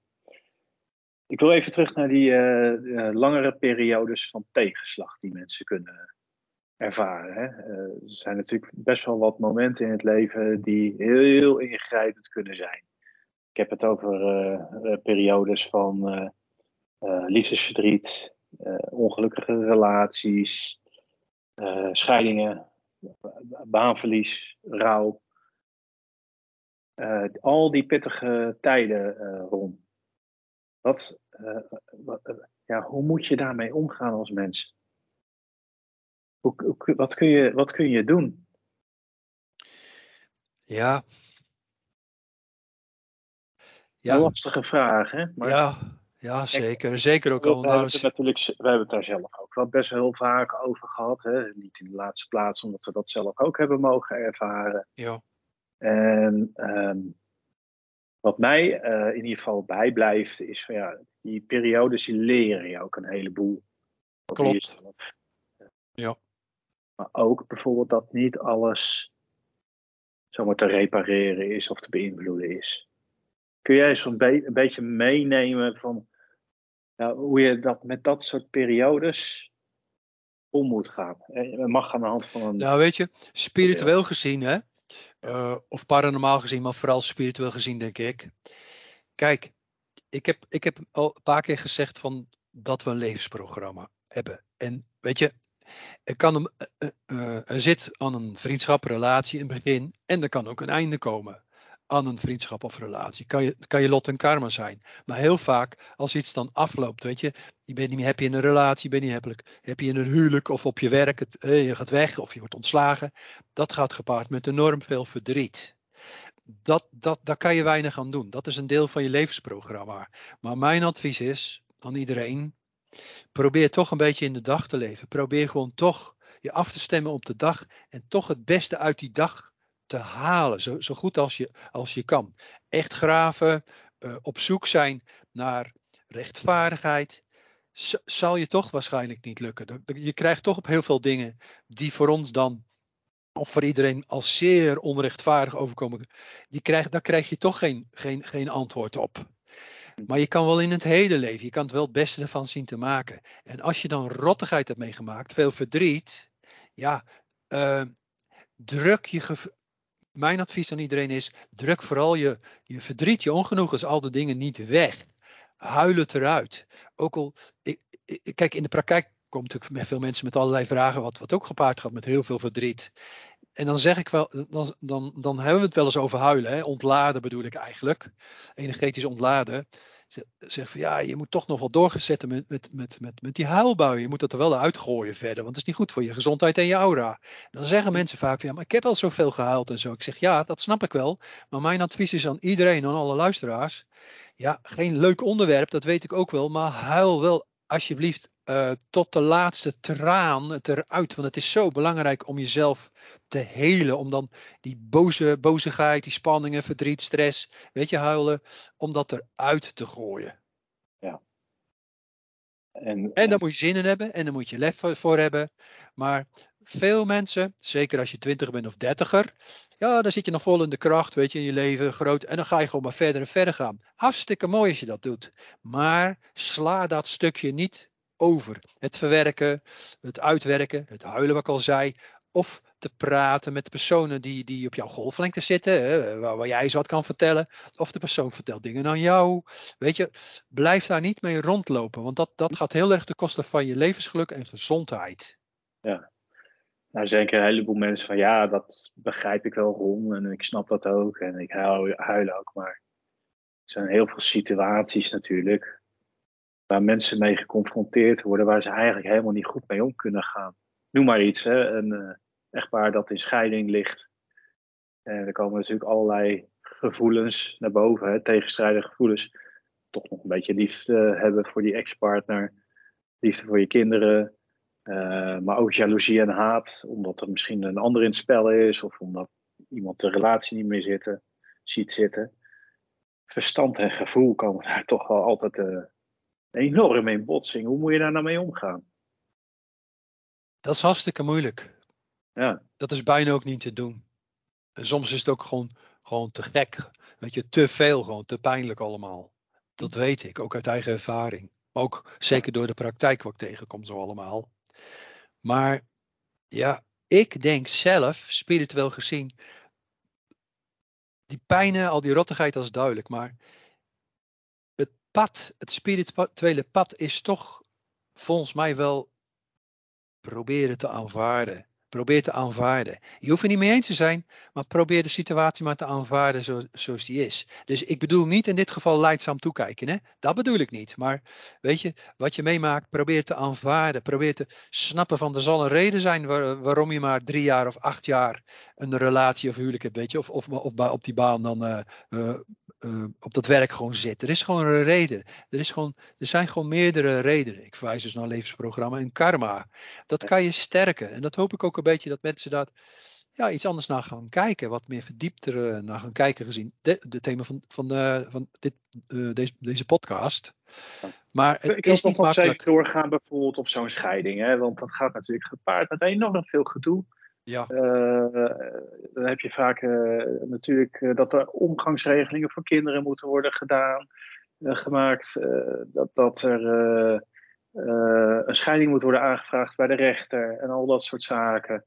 Ik wil even terug naar die uh, uh, langere periodes van tegenslag die mensen kunnen, ervaren. Hè? Uh, er zijn natuurlijk best wel wat momenten in het leven die heel ingrijpend kunnen zijn. Ik heb het over uh, uh, periodes van uh, uh, liefdesverdriet, uh, ongelukkige relaties, uh, scheidingen, baanverlies, rouw. Uh, al die pittige tijden, uh, Ron. Wat, uh, wat, uh, ja, hoe moet je daarmee omgaan als mens? Hoe, hoe, wat, kun je, wat kun je doen? Ja. Ja. Een lastige vraag, hè? Maar, ja, ja, zeker. Kijk, zeker ook al. We, hebben het natuurlijk, we hebben het daar zelf ook wel best heel vaak over gehad. Hè? Niet in de laatste plaats, omdat we dat zelf ook hebben mogen ervaren. Ja. En um, wat mij uh, in ieder geval bijblijft, is van ja, die periodes die leren je ook een heleboel. Klopt. Ja. Maar ook bijvoorbeeld dat niet alles zomaar te repareren is of te beïnvloeden is. Kun jij eens een, be- een beetje meenemen van nou, hoe je dat met dat soort periodes om moet gaan? Het mag aan de hand van een... Nou weet je, spiritueel gezien hè, uh, of paranormaal gezien, maar vooral spiritueel gezien denk ik. Kijk, ik heb, ik heb al een paar keer gezegd van dat we een levensprogramma hebben. En weet je, er, kan een, uh, uh, er zit aan een vriendschap, relatie een begin en er kan ook een einde komen aan een vriendschap of relatie. Kan je, kan je lot en karma zijn. Maar heel vaak als iets dan afloopt, weet je, je bent niet meer happy in een relatie, je bent niet happy, happy in een huwelijk of op je werk, het, uh, je gaat weg of je wordt ontslagen. Dat gaat gepaard met enorm veel verdriet. Dat, dat, daar kan je weinig aan doen. Dat is een deel van je levensprogramma. Maar mijn advies is aan iedereen, probeer toch een beetje in de dag te leven. Probeer gewoon toch je af te stemmen op de dag en toch het beste uit die dag te halen. Zo, zo goed als je, als je kan. Echt graven, uh, op zoek zijn naar rechtvaardigheid. Z- zal je toch waarschijnlijk niet lukken. Je krijgt toch op heel veel dingen die voor ons dan, of voor iedereen als zeer onrechtvaardig overkomen, die krijg, daar krijg je toch geen, geen, geen antwoord op. Maar je kan wel in het heden leven. Je kan het wel het beste ervan zien te maken. En als je dan rottigheid hebt meegemaakt, veel verdriet. Ja, uh, druk je... Ge- Mijn advies aan iedereen is, druk vooral je, je verdriet, je ongenoegens, al de dingen niet weg. Huil het eruit. Ook al, ik, ik, kijk, in de praktijk komen natuurlijk veel mensen met allerlei vragen, wat, wat ook gepaard gaat met heel veel verdriet. En dan zeg ik wel, dan, dan, dan hebben we het wel eens over huilen. Hè? Ontladen bedoel ik eigenlijk. Energetisch ontladen. Zeg van ja, je moet toch nog wel doorzetten met, met, met, met, met die huilbuien. Je moet dat er wel uitgooien verder, want het is niet goed voor je gezondheid en je aura. En dan zeggen mensen vaak, ja, maar ik heb al zoveel gehuild en zo. Ik zeg ja, dat snap ik wel. Maar mijn advies is aan iedereen, aan alle luisteraars. Ja, geen leuk onderwerp, dat weet ik ook wel. Maar huil wel alsjeblieft uh, tot de laatste traan het eruit. Want het is zo belangrijk om jezelf te helen. Om dan die boze, bozigheid, die spanningen, verdriet, stress, weet je, huilen. Om dat eruit te gooien. Ja. En, en daar moet je zin in hebben. En daar moet je lef voor hebben. Maar veel mensen, zeker als je twintig bent of dertiger. Ja, dan zit je nog vol in de kracht, weet je, in je leven, groot. En dan ga je gewoon maar verder en verder gaan. Hartstikke mooi als je dat doet. Maar sla dat stukje niet over. Het verwerken, het uitwerken, het huilen wat ik al zei. Of te praten met de personen die, die op jouw golflengte zitten. Hè, waar, waar jij eens wat kan vertellen. Of de persoon vertelt dingen aan jou. Weet je, blijf daar niet mee rondlopen. Want dat, dat gaat heel erg ten koste van je levensgeluk en gezondheid. Ja. Nou, zeker een heleboel mensen van ja, dat begrijp ik wel, Ron. En ik snap dat ook. En ik huil, huil ook. Maar er zijn heel veel situaties natuurlijk. Waar mensen mee geconfronteerd worden. Waar ze eigenlijk helemaal niet goed mee om kunnen gaan. Noem maar iets. Hè? Een uh, echtpaar dat in scheiding ligt. En er komen natuurlijk allerlei gevoelens naar boven. Hè? Tegenstrijdige gevoelens. Toch nog een beetje liefde hebben voor die ex-partner. Liefde voor je kinderen. Uh, maar ook jaloezie en haat, omdat er misschien een ander in het spel is, of omdat iemand de relatie niet meer zitten, ziet zitten. Verstand en gevoel komen daar toch wel altijd uh, enorm in botsing. Hoe moet je daar nou mee omgaan? Dat is hartstikke moeilijk. Ja. Dat is bijna ook niet te doen. En soms is het ook gewoon, gewoon te gek. Weet je, te veel gewoon, te pijnlijk allemaal. Dat weet ik, ook uit eigen ervaring. Maar ook zeker door de praktijk wat ik tegenkom zo allemaal. Maar Ja, ik denk zelf, spiritueel gezien, die pijnen, al die rottigheid, dat is duidelijk. Maar het pad, het spirituele pad is toch volgens mij wel proberen te aanvaarden. Probeer te aanvaarden. Je hoeft er niet mee eens te zijn, maar probeer de situatie maar te aanvaarden zo, zoals die is. Dus ik bedoel niet in dit geval leidzaam toekijken. Hè? Dat bedoel ik niet. Maar weet je, wat je meemaakt, probeer te aanvaarden. Probeer te snappen van er zal een reden zijn waar, waarom je maar drie jaar of acht jaar een relatie of huwelijk hebt. Weet je? Of, of, of op die baan dan uh, uh, uh, op dat werk gewoon zit. Er is gewoon een reden. Er, is gewoon, er zijn gewoon meerdere redenen. Ik verwijs dus naar levensprogramma en karma. Dat kan je sterken. En dat hoop ik ook een beetje dat mensen daar ja, iets anders naar gaan kijken. Wat meer verdiepter uh, naar gaan kijken gezien de, de thema van, van, uh, van dit, uh, deze, deze podcast. Maar het ik is wil niet nog makkelijk. even doorgaan bijvoorbeeld op zo'n scheiding. Hè? Want dat gaat natuurlijk gepaard met enorm veel gedoe. Ja. Uh, dan heb je vaak uh, natuurlijk uh, dat er omgangsregelingen voor kinderen moeten worden gedaan, uh, gemaakt. Uh, dat, dat er uh, uh, een scheiding moet worden aangevraagd bij de rechter en al dat soort zaken.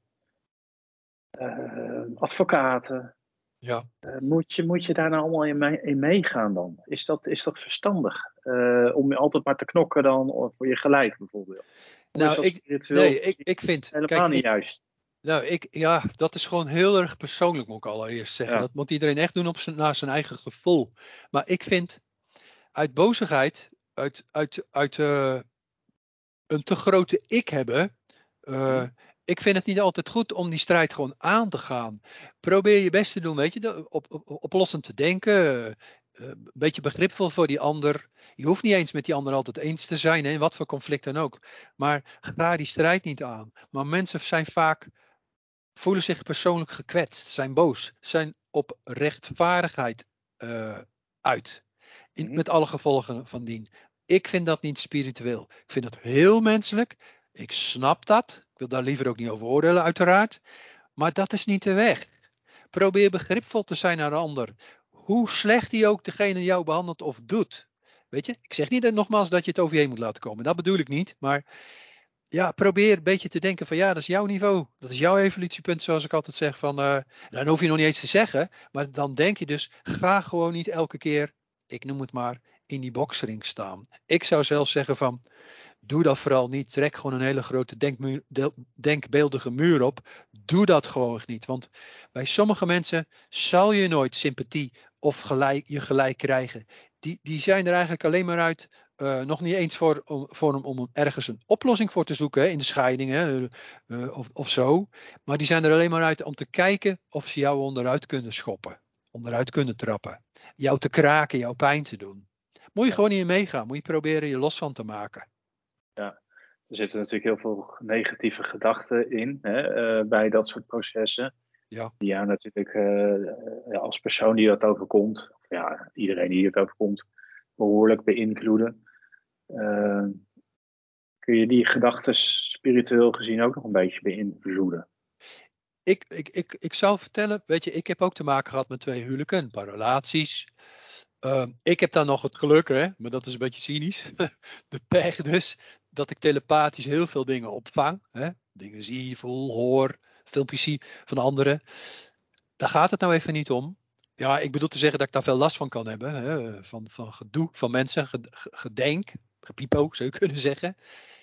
Uh, advocaten. Ja. Uh, moet, je, moet je daar nou allemaal in, mee, in meegaan dan? Is dat, is dat verstandig? Uh, om je altijd maar te knokken dan of voor je gelijk bijvoorbeeld? Of nou, ik, nee, ik, ik vind... helemaal kijk, niet ik, juist. Nou, ik, ja, dat is gewoon heel erg persoonlijk, moet ik allereerst zeggen. Ja. Dat moet iedereen echt doen op zijn, naar zijn eigen gevoel. Maar ik vind, uit bozigheid, uit, uit, uit uh, een te grote ik hebben, uh, ik vind het niet altijd goed om die strijd gewoon aan te gaan. Probeer je best te doen, weet je, op, op, oplossend te denken, uh, een beetje begripvol voor die ander. Je hoeft niet eens met die ander altijd eens te zijn, hè, wat voor conflict dan ook. Maar ga die strijd niet aan. Maar mensen zijn vaak... voelen zich persoonlijk gekwetst, zijn boos, zijn op rechtvaardigheid uh, uit. In, Mm-hmm. Met alle gevolgen van dien. Ik vind dat niet spiritueel. Ik vind dat heel menselijk. Ik snap dat. Ik wil daar liever ook niet over oordelen, uiteraard. Maar dat is niet de weg. Probeer begripvol te zijn naar de ander. Hoe slecht die ook degene jou behandelt of doet. Weet je, ik zeg niet dat, nogmaals dat je het over je heen moet laten komen. Dat bedoel ik niet. Maar ja, probeer een beetje te denken van ja, dat is jouw niveau. Dat is jouw evolutiepunt, zoals ik altijd zeg. Van, uh, dan hoef je nog niet eens te zeggen. Maar dan denk je dus, ga gewoon niet elke keer, ik noem het maar, in die boksring staan. Ik zou zelfs zeggen van, doe dat vooral niet. Trek gewoon een hele grote denkmuur, denkbeeldige muur op. Doe dat gewoon niet. Want bij sommige mensen zal je nooit sympathie of gelijk, je gelijk krijgen. Die, die zijn er eigenlijk alleen maar uit... Uh, nog niet eens voor, om, voor hem om ergens een oplossing voor te zoeken, hè, in de scheidingen uh, of, of zo. Maar die zijn er alleen maar uit om te kijken of ze jou onderuit kunnen schoppen. Onderuit kunnen trappen. Jou te kraken, jou pijn te doen. Moet je ja. gewoon niet in meegaan. Moet je proberen je los van te maken. Ja, er zitten natuurlijk heel veel negatieve gedachten in hè, uh, bij dat soort processen. Ja. Die jou natuurlijk uh, als persoon die dat overkomt, of ja, iedereen die het overkomt, behoorlijk beïnvloeden. Uh, kun je die gedachten spiritueel gezien ook nog een beetje beïnvloeden? Ik, ik, ik, ik zou vertellen, weet je, ik heb ook te maken gehad met twee huwelijken, een paar relaties. Uh, ik heb dan nog het geluk, hè, maar dat is een beetje cynisch, de pech dus, dat ik telepathisch heel veel dingen opvang. Hè? Dingen zie, voel, hoor, filmpjes zie van anderen. Daar gaat het nou even niet om. Ja, ik bedoel te zeggen dat ik daar veel last van kan hebben. Hè? Van, van gedoe van mensen, gedenk, gepiepo zou je kunnen zeggen.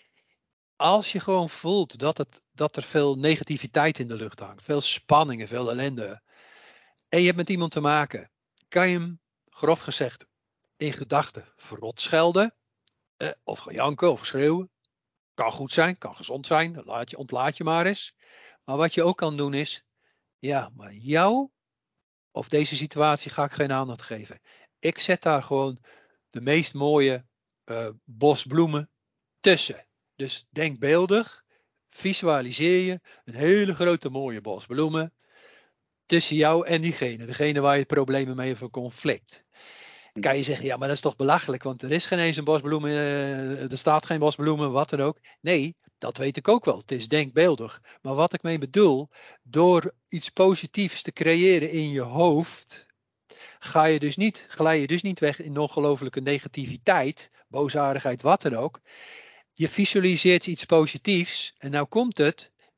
Als je gewoon voelt dat, het, dat er veel negativiteit in de lucht hangt, veel spanningen, veel ellende, en je hebt met iemand te maken, kan je hem, grof gezegd, in gedachten verrot schelden, eh, of gejanken of schreeuwen. Kan goed zijn, kan gezond zijn, laat je, ontlaat je maar eens. Maar wat je ook kan doen is, ja, maar jou of deze situatie ga ik geen aandacht geven. Ik zet daar gewoon de meest mooie uh, bos bloemen tussen. Dus denkbeeldig, visualiseer je een hele grote mooie bos bloemen tussen jou en diegene. Degene waar je problemen mee hebt, een conflict. Kan je zeggen, ja, maar dat is toch belachelijk, want er is geen eens een bos bloemen, uh, er staat geen bos bloemen, wat dan ook. Nee, dat weet ik ook wel. Het is denkbeeldig. Maar wat ik mee bedoel, door iets positiefs te creëren in je hoofd, ga je dus niet, glij je dus niet weg in ongelofelijke negativiteit, boosaardigheid, wat dan ook. Je visualiseert iets positiefs en nou komt het,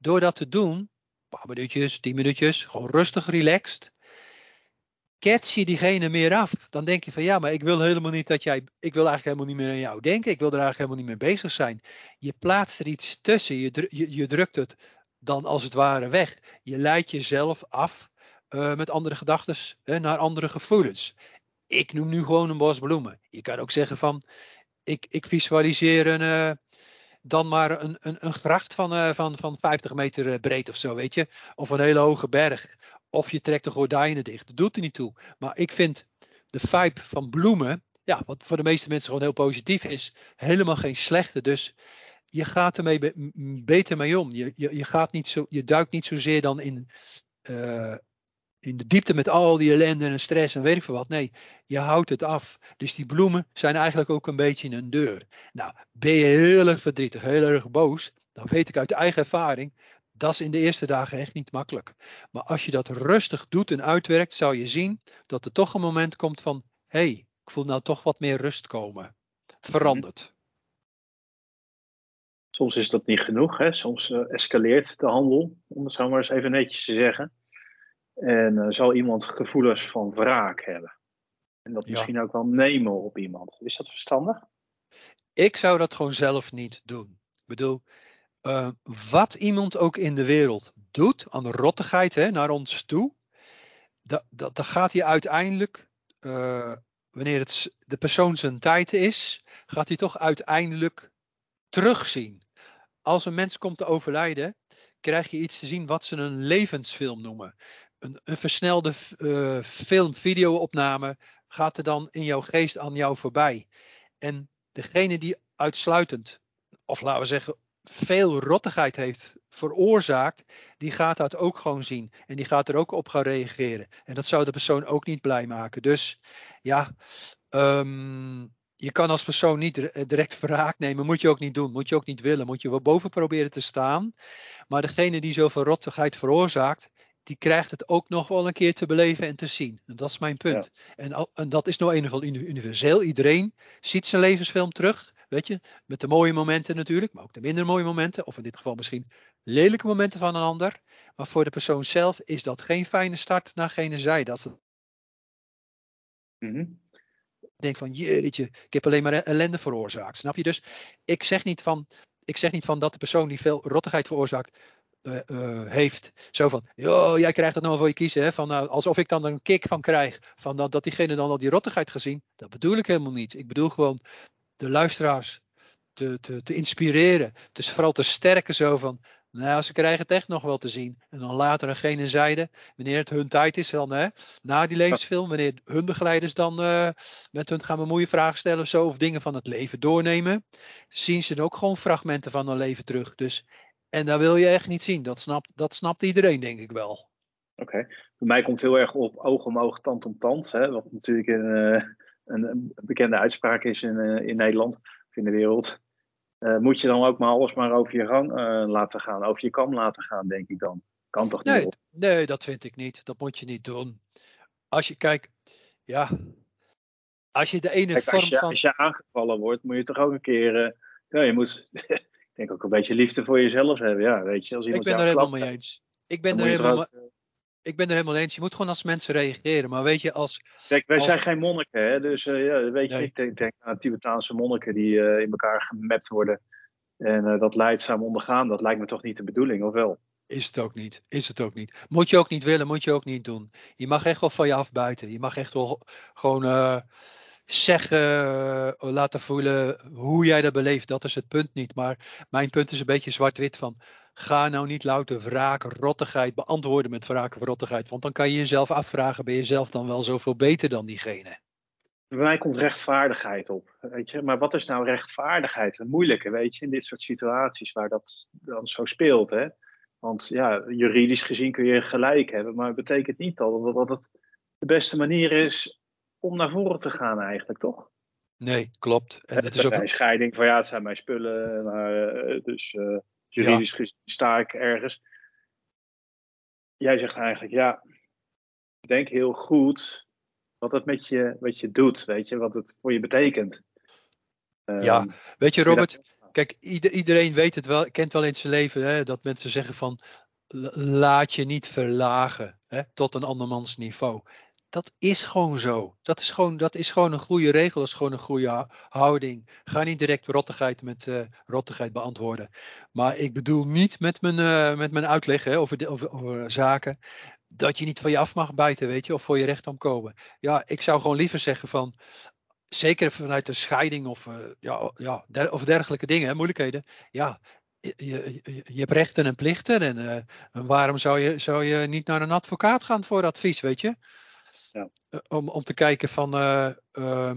door dat te doen, een paar minuutjes, tien minuutjes, gewoon rustig, relaxed, catch je diegene meer af. Dan denk je van ja, maar ik wil helemaal niet dat jij, ik wil eigenlijk helemaal niet meer aan jou denken. Ik wil er eigenlijk helemaal niet mee bezig zijn. Je plaatst er iets tussen. Je, dru- je, je drukt het dan als het ware weg. Je leidt jezelf af uh, met andere gedachten uh, naar andere gevoelens. Ik noem nu gewoon een bos bloemen. Je kan ook zeggen van ik, ik visualiseer een, uh, dan maar een, een, een gracht van, uh, van, van vijftig meter breed of zo, weet je. Of een hele hoge berg. Of je trekt de gordijnen dicht. Dat doet er niet toe. Maar ik vind de vibe van bloemen, ja, wat voor de meeste mensen gewoon heel positief is, helemaal geen slechte. Dus je gaat ermee be- beter mee om. Je, je, je, gaat niet zo, je duikt niet zozeer dan in, uh, in de diepte met al die ellende en stress en weet ik veel wat. Nee, je houdt het af. Dus die bloemen zijn eigenlijk ook een beetje een deur. Nou, ben je heel erg verdrietig, heel erg boos, dan weet ik uit de eigen ervaring, dat is in de eerste dagen echt niet makkelijk. Maar als je dat rustig doet en uitwerkt, zou je zien dat er toch een moment komt van, hé, hey, ik voel nou toch wat meer rust komen. Het verandert. Soms is dat niet genoeg, hè? Soms uh, escaleert de handel, om het zo maar eens even netjes te zeggen. En uh, zal iemand gevoelens van wraak hebben. En dat Ja. misschien ook wel nemen op iemand. Is dat verstandig? Ik zou dat gewoon zelf niet doen. Ik bedoel, uh, wat iemand ook in de wereld doet aan de rottigheid hè, naar ons toe, dat, dat, dat gaat hij uiteindelijk, uh, wanneer het de persoon zijn tijd is, gaat hij toch uiteindelijk terugzien. Als een mens komt te overlijden, krijg je iets te zien wat ze een levensfilm noemen. Een, een versnelde uh, film, video-opname gaat er dan in jouw geest aan jou voorbij. En degene die uitsluitend, of laten we zeggen, veel rottigheid heeft veroorzaakt, die gaat dat ook gewoon zien. En die gaat er ook op gaan reageren. En dat zou de persoon ook niet blij maken. Dus ja, um, je kan als persoon niet direct wraak nemen. Moet je ook niet doen. Moet je ook niet willen. Moet je wel boven proberen te staan. Maar degene die zoveel rottigheid veroorzaakt, die krijgt het ook nog wel een keer te beleven en te zien. En dat is mijn punt. Ja. En, en dat is nou een geval universeel. Iedereen ziet zijn levensfilm terug. Weet je, met de mooie momenten natuurlijk, maar ook de minder mooie momenten. Of in dit geval misschien lelijke momenten van een ander. Maar voor de persoon zelf is dat geen fijne start naar gene zij. Dat het mm-hmm. denk van jeetje, ik heb alleen maar ellende veroorzaakt. Snap je? Dus ik zeg niet van, ik zeg niet van dat de persoon die veel rottigheid veroorzaakt uh, uh, heeft. Zo van, joh, jij krijgt het nou voor je kiezen. Hè? Van, uh, alsof ik dan een kick van krijg. Van dat, dat diegene dan al die rottigheid gezien. Dat bedoel ik helemaal niet. Ik bedoel gewoon de luisteraars te, te, te inspireren. Dus vooral te sterken zo van, nou, ze krijgen het echt nog wel te zien. En dan later degene zeiden, wanneer het hun tijd is, dan hè, na die levensfilm, wanneer hun begeleiders dan uh, met hun gaan bemoeien, vragen stellen of zo, of dingen van het leven doornemen, zien ze ook gewoon fragmenten van hun leven terug. Dus, en dat wil je echt niet zien. Dat snapt, dat snapt iedereen, denk ik wel. Oké. Okay. Bij mij komt heel erg op oog om oog, tand om tand. Hè, wat natuurlijk een, een, een bekende uitspraak is in, in Nederland of in de wereld. Uh, moet je dan ook maar alles maar over je gang uh, laten gaan, over je kam laten gaan, denk ik dan. Kan toch niet nee, op? Nee, dat vind ik niet. Dat moet je niet doen. Als je kijkt, ja, als je de ene Kijk, vorm als je, van... Als je aangevallen wordt, moet je toch ook een keer... Uh, ja, je moet, ik denk ook een beetje liefde voor jezelf hebben. Ja, weet je, als iemand ik ben jou er helemaal klapt, mee eens. Ik ben er moet je helemaal... ook, uh... Ik ben er helemaal eens. Je moet gewoon als mensen reageren. Maar weet je, als... Kijk, wij als... zijn geen monniken, hè? Dus uh, ja, weet je, nee. ik denk, denk aan Tibetaanse monniken die uh, in elkaar gemapt worden. En uh, dat leidzaam ondergaan, dat lijkt me toch niet de bedoeling, of wel? Is het ook niet. Is het ook niet. Moet je ook niet willen, moet je ook niet doen. Je mag echt wel van je afbuiten. Je mag echt wel gewoon uh, zeggen, uh, laten voelen hoe jij dat beleeft. Dat is het punt niet. Maar mijn punt is een beetje zwart-wit van... Ga nou niet louter wraak, rottigheid beantwoorden met wraak of rottigheid. Want dan kan je jezelf afvragen, ben je zelf dan wel zoveel beter dan diegene? Bij mij komt rechtvaardigheid op, weet je. Maar wat is nou rechtvaardigheid? Het moeilijke, weet je, in dit soort situaties waar dat dan zo speelt, hè. Want ja, juridisch gezien kun je gelijk hebben, maar het betekent niet al dat het de beste manier is om naar voren te gaan eigenlijk, toch? Nee, klopt. En het is ook een scheiding van ja, het zijn mijn spullen, maar, dus uh, juridisch ja. gezien sta ik ergens. Jij zegt eigenlijk, ja, denk heel goed wat het met je, met je doet, weet je, wat het voor je betekent. Ja, um, weet je Robert, kijk, ieder, iedereen weet het wel, kent wel in zijn leven hè, dat mensen zeggen van laat je niet verlagen hè, tot een andermans niveau. Dat is gewoon zo. Dat is gewoon, dat is gewoon een goede regel, dat is gewoon een goede houding. Ga niet direct rottigheid met uh, rottigheid beantwoorden. Maar ik bedoel niet met mijn, uh, met mijn uitleg hè, over, de, over, over zaken dat je niet van je af mag bijten, weet je, of voor je recht om komen. Ja, ik zou gewoon liever zeggen van zeker vanuit een scheiding of, uh, ja, ja, der, of dergelijke dingen, hè, moeilijkheden. Ja, je, je, je hebt rechten en plichten. En uh, waarom zou je, zou je niet naar een advocaat gaan voor advies, weet je? Ja. Uh, om, om te kijken van, uh, uh,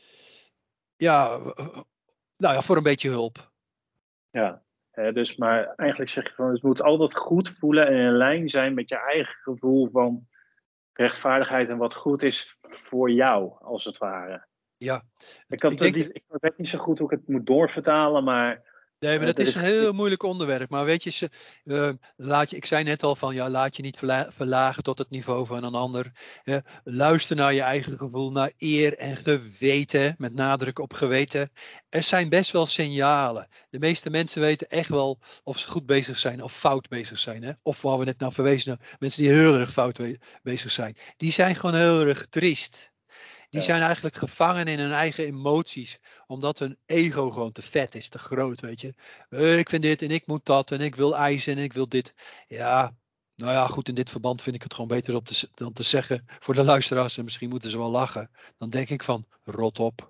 ja, uh, nou ja, voor een beetje hulp. Ja, hè, dus maar eigenlijk zeg je van het moet altijd goed voelen en in lijn zijn met je eigen gevoel van rechtvaardigheid en wat goed is voor jou, als het ware. Ja. Ik, had ik, denk, niet, ik weet niet zo goed hoe ik het moet doorvertalen, maar... Nee, maar dat uh, is een heel moeilijk onderwerp. Maar weet je, ze, uh, laat je, ik zei net al van ja, laat je niet verla verlagen tot het niveau van een ander. Uh, luister naar je eigen gevoel, naar eer en geweten, met nadruk op geweten. Er zijn best wel signalen. De meeste mensen weten echt wel of ze goed bezig zijn of fout bezig zijn. Hè? Of waar we net naar verwezen, mensen die heel erg fout bezig zijn. Die zijn gewoon heel erg triest. Die Ja. zijn eigenlijk gevangen in hun eigen emoties. Omdat hun ego gewoon te vet is, te groot, weet je. Uh, ik vind dit en ik moet dat en ik wil eisen en ik wil dit. Ja, nou ja, goed, in dit verband vind ik het gewoon beter op te, dan te zeggen voor de luisteraars. En misschien moeten ze wel lachen. Dan denk ik van, rot op.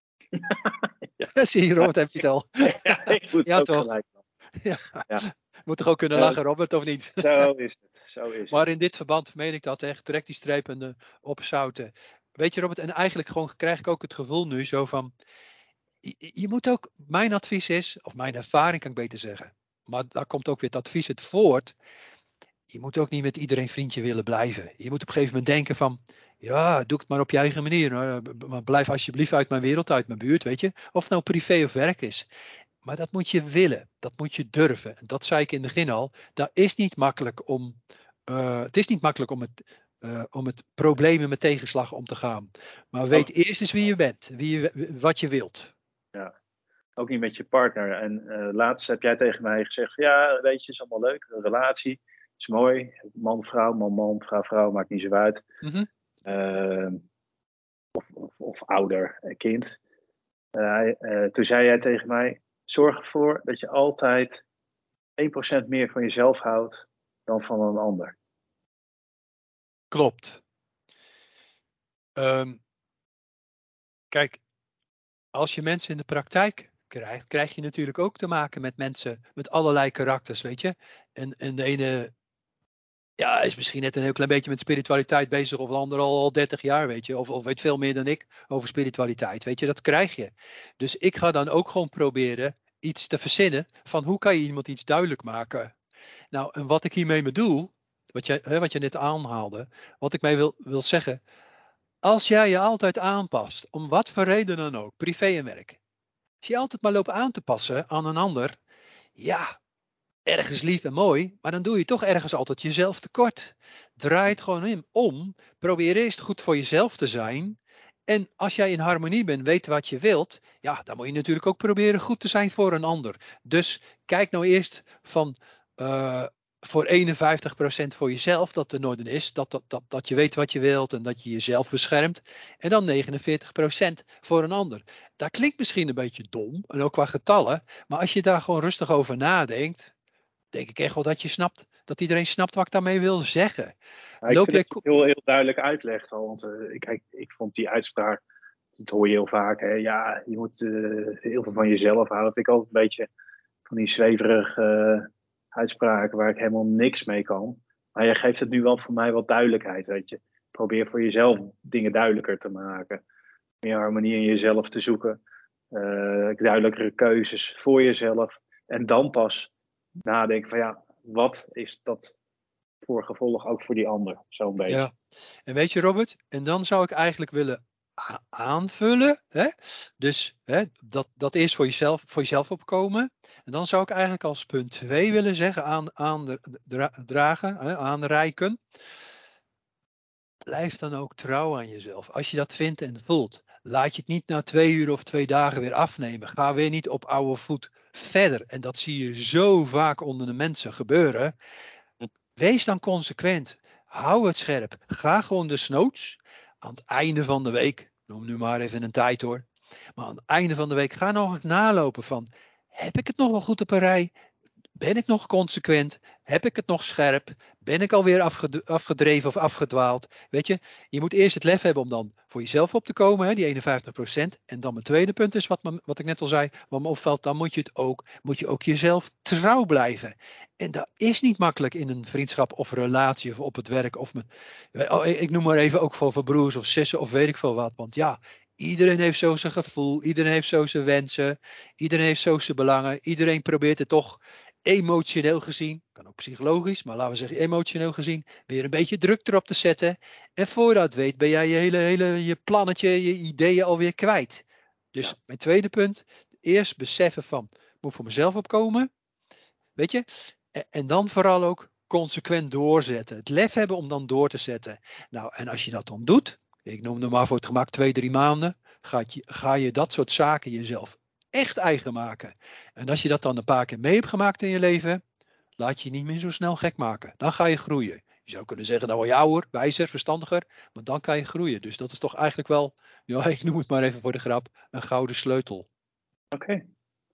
Ja. Zie je, Robert, heb je het al. Ja, ik moet ja ook toch? gelijk. Ja. Ja. Moet toch ook kunnen lachen, Robert, of niet? Zo is het. Zo is het. Maar in dit verband meen ik dat echt. Trek die strepen uh, opzouten. Weet je, Robert, en eigenlijk gewoon krijg ik ook het gevoel nu zo van. Je, je moet ook, mijn advies is, of mijn ervaring kan ik beter zeggen. Maar daar komt ook weer het advies het voort. Je moet ook niet met iedereen vriendje willen blijven. Je moet op een gegeven moment denken van. Ja, doe het maar op je eigen manier. Maar blijf alsjeblieft uit mijn wereld, uit mijn buurt, weet je. Of het nou privé of werk is. Maar dat moet je willen. Dat moet je durven. En dat zei ik in het begin al. Dat is niet makkelijk om. Uh, het is niet makkelijk om het, uh, om het problemen met tegenslag om te gaan. Maar weet eerst eens wie je bent. Wie je, wat je wilt. Ja. Ook niet met je partner. En uh, laatst heb jij tegen mij gezegd. Ja, weet je, is allemaal leuk. Een relatie is mooi. Man, vrouw, man, man, vrouw, vrouw. Maakt niet zo uit. Mm-hmm. Uh, of, of, of ouder, kind. Uh, uh, toen zei jij tegen mij. Zorg ervoor dat je altijd één procent meer van jezelf houdt dan van een ander. Klopt. Um, kijk, als je mensen in de praktijk krijgt, krijg je natuurlijk ook te maken met mensen met allerlei karakters, weet je. En, en de ene ja, is misschien net een heel klein beetje met spiritualiteit bezig, of de ander al, al dertig jaar, weet je. Of, of weet veel meer dan ik over spiritualiteit, weet je. Dat krijg je. Dus ik ga dan ook gewoon proberen iets te verzinnen van hoe kan je iemand iets duidelijk maken. Nou, en wat ik hiermee bedoel, wat je, hè, wat je net aanhaalde, wat ik mee wil, wil zeggen. Als jij je altijd aanpast, om wat voor reden dan ook, privé en werk. Als je altijd maar loopt aan te passen aan een ander, ja, ergens lief en mooi, maar dan doe je toch ergens altijd jezelf tekort. Draai het gewoon in om, probeer eerst goed voor jezelf te zijn. En als jij in harmonie bent, weet wat je wilt, ja, dan moet je natuurlijk ook proberen goed te zijn voor een ander. Dus kijk nou eerst van uh, voor eenenvijftig procent voor jezelf, dat er nooit is, dat, dat, dat, dat je weet wat je wilt en dat je jezelf beschermt. En dan negenenveertig procent voor een ander. Dat klinkt misschien een beetje dom, en ook qua getallen, maar als je daar gewoon rustig over nadenkt, denk ik echt wel dat je snapt, dat iedereen snapt wat ik daarmee wil zeggen. Ja, ik Loop vind jij... dat je heel, heel duidelijk uitlegt. Want uh, ik, ik vond die uitspraak, dat hoor je heel vaak. Hè? Ja, je moet uh, heel veel van jezelf houden. Dat vind ik altijd een beetje van die zweverige uh, uitspraken waar ik helemaal niks mee kan. Maar jij geeft het nu wel voor mij wat duidelijkheid, weet je. Probeer voor jezelf dingen duidelijker te maken. Meer harmonie in jezelf te zoeken. Uh, duidelijkere keuzes voor jezelf. En dan pas nadenken van ja, wat is dat voor gevolg ook voor die ander, zo'n beetje. Ja, en weet je Robert, en dan zou ik eigenlijk willen aanvullen, hè? Dus hè, dat, dat eerst voor jezelf, voor jezelf opkomen. En dan zou ik eigenlijk als punt twee willen zeggen, aan, aan dra, dragen, hè, aanreiken. Blijf dan ook trouw aan jezelf. Als je dat vindt en voelt, laat je het niet na twee uur of twee dagen weer afnemen. Ga weer niet op oude voet verder, en dat zie je zo vaak onder de mensen gebeuren, wees dan consequent. Hou het scherp. Ga gewoon de snoots aan het einde van de week. Noem nu maar even een tijd hoor. Maar aan het einde van de week ga nog eens nalopen van, heb ik het nog wel goed op een rij? Ben ik nog consequent? Heb ik het nog scherp? Ben ik alweer afged- afgedreven of afgedwaald? Weet je, je moet eerst het lef hebben om dan voor jezelf op te komen, hè, die eenenvijftig procent. En dan mijn tweede punt is, wat, me, wat ik net al zei, wat me opvalt, dan moet je, het ook, moet je ook jezelf trouw blijven. En dat is niet makkelijk in een vriendschap of relatie of op het werk. Of met, ik noem maar even ook voor, voor broers of zussen of weet ik veel wat. Want ja, iedereen heeft zo zijn gevoel, iedereen heeft zo zijn wensen, iedereen heeft zo zijn belangen. Iedereen probeert het toch emotioneel gezien, kan ook psychologisch, maar laten we zeggen emotioneel gezien, weer een beetje druk erop te zetten. En voor dat weet ben jij je hele, hele je plannetje, je ideeën alweer kwijt. Dus ja. Mijn tweede punt, eerst beseffen van, moet voor mezelf opkomen, weet je, en, en dan vooral ook consequent doorzetten. Het lef hebben om dan door te zetten. Nou, en als je dat dan doet, ik noemde maar voor het gemak twee, drie maanden, ga je, ga je dat soort zaken jezelf echt eigen maken. En als je dat dan een paar keer mee hebt gemaakt in je leven, laat je je niet meer zo snel gek maken. Dan ga je groeien. Je zou kunnen zeggen, nou ja ouder, wijzer, verstandiger, maar dan kan je groeien. Dus dat is toch eigenlijk wel, ja, ik noem het maar even voor de grap, een gouden sleutel. Oké. Okay.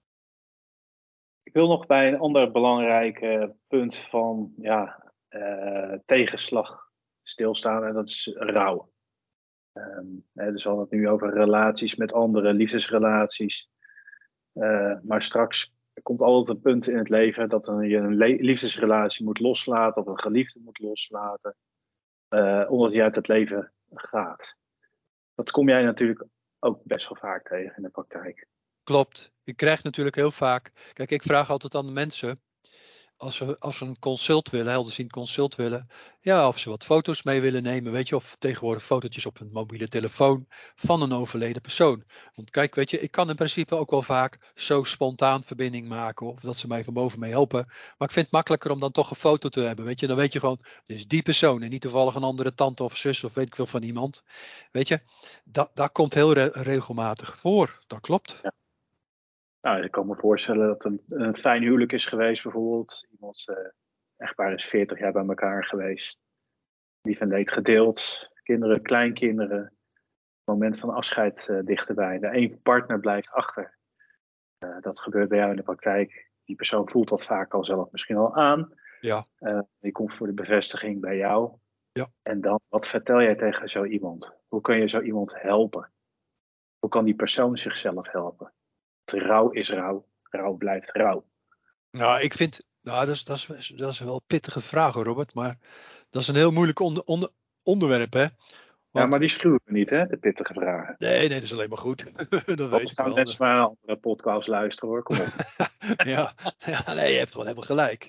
Ik wil nog bij een ander belangrijk uh, punt van ja, uh, tegenslag stilstaan en dat is rouw. Um, hè, dus we hadden het nu over relaties met anderen, liefdesrelaties. Uh, maar straks komt altijd een punt in het leven dat een, je een le- liefdesrelatie moet loslaten of een geliefde moet loslaten. Uh, omdat je uit het leven gaat. Dat kom jij natuurlijk ook best wel vaak tegen in de praktijk. Klopt. Ik krijg natuurlijk heel vaak. Kijk, ik vraag altijd aan de mensen. Als ze, als ze een consult willen, helderziend consult willen. Ja, of ze wat foto's mee willen nemen. Weet je, of tegenwoordig fotootjes op een mobiele telefoon van een overleden persoon. Want kijk, weet je, ik kan in principe ook wel vaak zo spontaan verbinding maken. Of dat ze mij van boven mee helpen. Maar ik vind het makkelijker om dan toch een foto te hebben. Weet je, dan weet je gewoon, dit is die persoon. En niet toevallig een andere tante of zus of weet ik veel van iemand. Weet je, dat, dat komt heel re- regelmatig voor. Dat klopt. Ja. Nou, ik kan me voorstellen dat een, een fijn huwelijk is geweest bijvoorbeeld. Iemands uh, echtpaar is veertig jaar bij elkaar geweest. Lief en leed gedeeld. Kinderen, kleinkinderen. Het moment van afscheid uh, dichterbij. De één partner blijft achter. Uh, dat gebeurt bij jou in de praktijk. Die persoon voelt dat vaak al zelf misschien al aan. Ja. Uh, die komt voor de bevestiging bij jou. Ja. En dan, wat vertel jij tegen zo iemand? Hoe kun je zo iemand helpen? Hoe kan die persoon zichzelf helpen? Rouw is rouw, rouw blijft rouw. Nou, ik vind, nou, dat is, dat is, dat is wel een pittige vraag hoor, Robert, maar dat is een heel moeilijk onder, onder, onderwerp, hè? Want, ja, maar die schuwen we niet, hè, de pittige vragen. Nee, nee, dat is alleen maar goed. dat weet ik wel. Best maar een andere podcast luisteren hoor, kom op. ja, ja, nee, je hebt gewoon helemaal gelijk.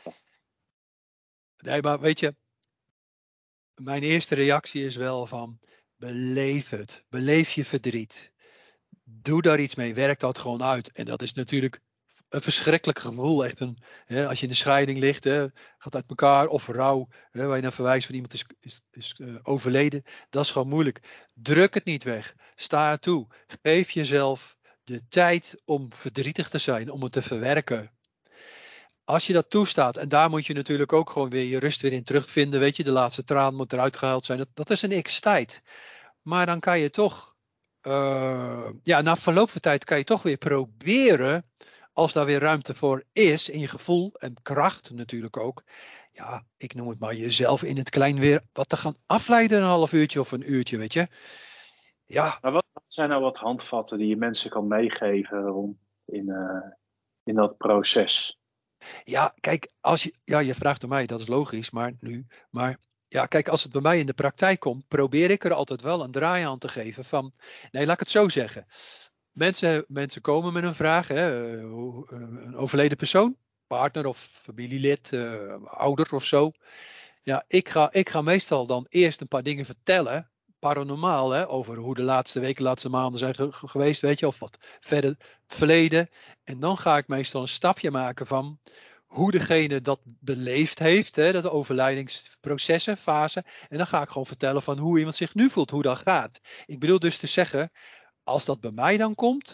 Nee, maar weet je, mijn eerste reactie is wel van, beleef het, beleef je verdriet. Doe daar iets mee, werk dat gewoon uit. En dat is natuurlijk een verschrikkelijk gevoel. Echt een, hè, als je in de scheiding ligt, hè, gaat uit elkaar, of rouw, hè, waar je naar verwijst van iemand is, is, is uh, overleden. Dat is gewoon moeilijk. Druk het niet weg. Sta er toe. Geef jezelf de tijd om verdrietig te zijn, om het te verwerken. Als je dat toestaat, en daar moet je natuurlijk ook gewoon weer je rust weer in terugvinden. Weet je, de laatste traan moet eruit gehaald zijn. Dat, dat is een x-tijd. Maar dan kan je toch Uh, ja, na verloop van tijd kan je toch weer proberen, als daar weer ruimte voor is, in je gevoel en kracht natuurlijk ook. Ja, ik noem het maar jezelf in het klein weer wat te gaan afleiden een half uurtje of een uurtje, weet je. Ja. Maar wat zijn nou wat handvatten die je mensen kan meegeven rond in, uh, in dat proces? Ja, kijk, als je, ja, je vraagt aan mij, dat is logisch, maar nu, maar ja, kijk, als het bij mij in de praktijk komt, probeer ik er altijd wel een draai aan te geven van, nee, laat ik het zo zeggen. Mensen, mensen komen met een vraag, hè, een overleden persoon, partner of familielid, uh, ouder of zo. Ja, ik ga, ik ga meestal dan eerst een paar dingen vertellen, paranormaal, hè, over hoe de laatste weken, laatste maanden zijn ge- geweest, weet je, of wat verder het verleden. En dan ga ik meestal een stapje maken van hoe degene dat beleefd heeft, hè, dat overlijdingsprocessen, fase. En dan ga ik gewoon vertellen van hoe iemand zich nu voelt, hoe dat gaat. Ik bedoel dus te zeggen, als dat bij mij dan komt,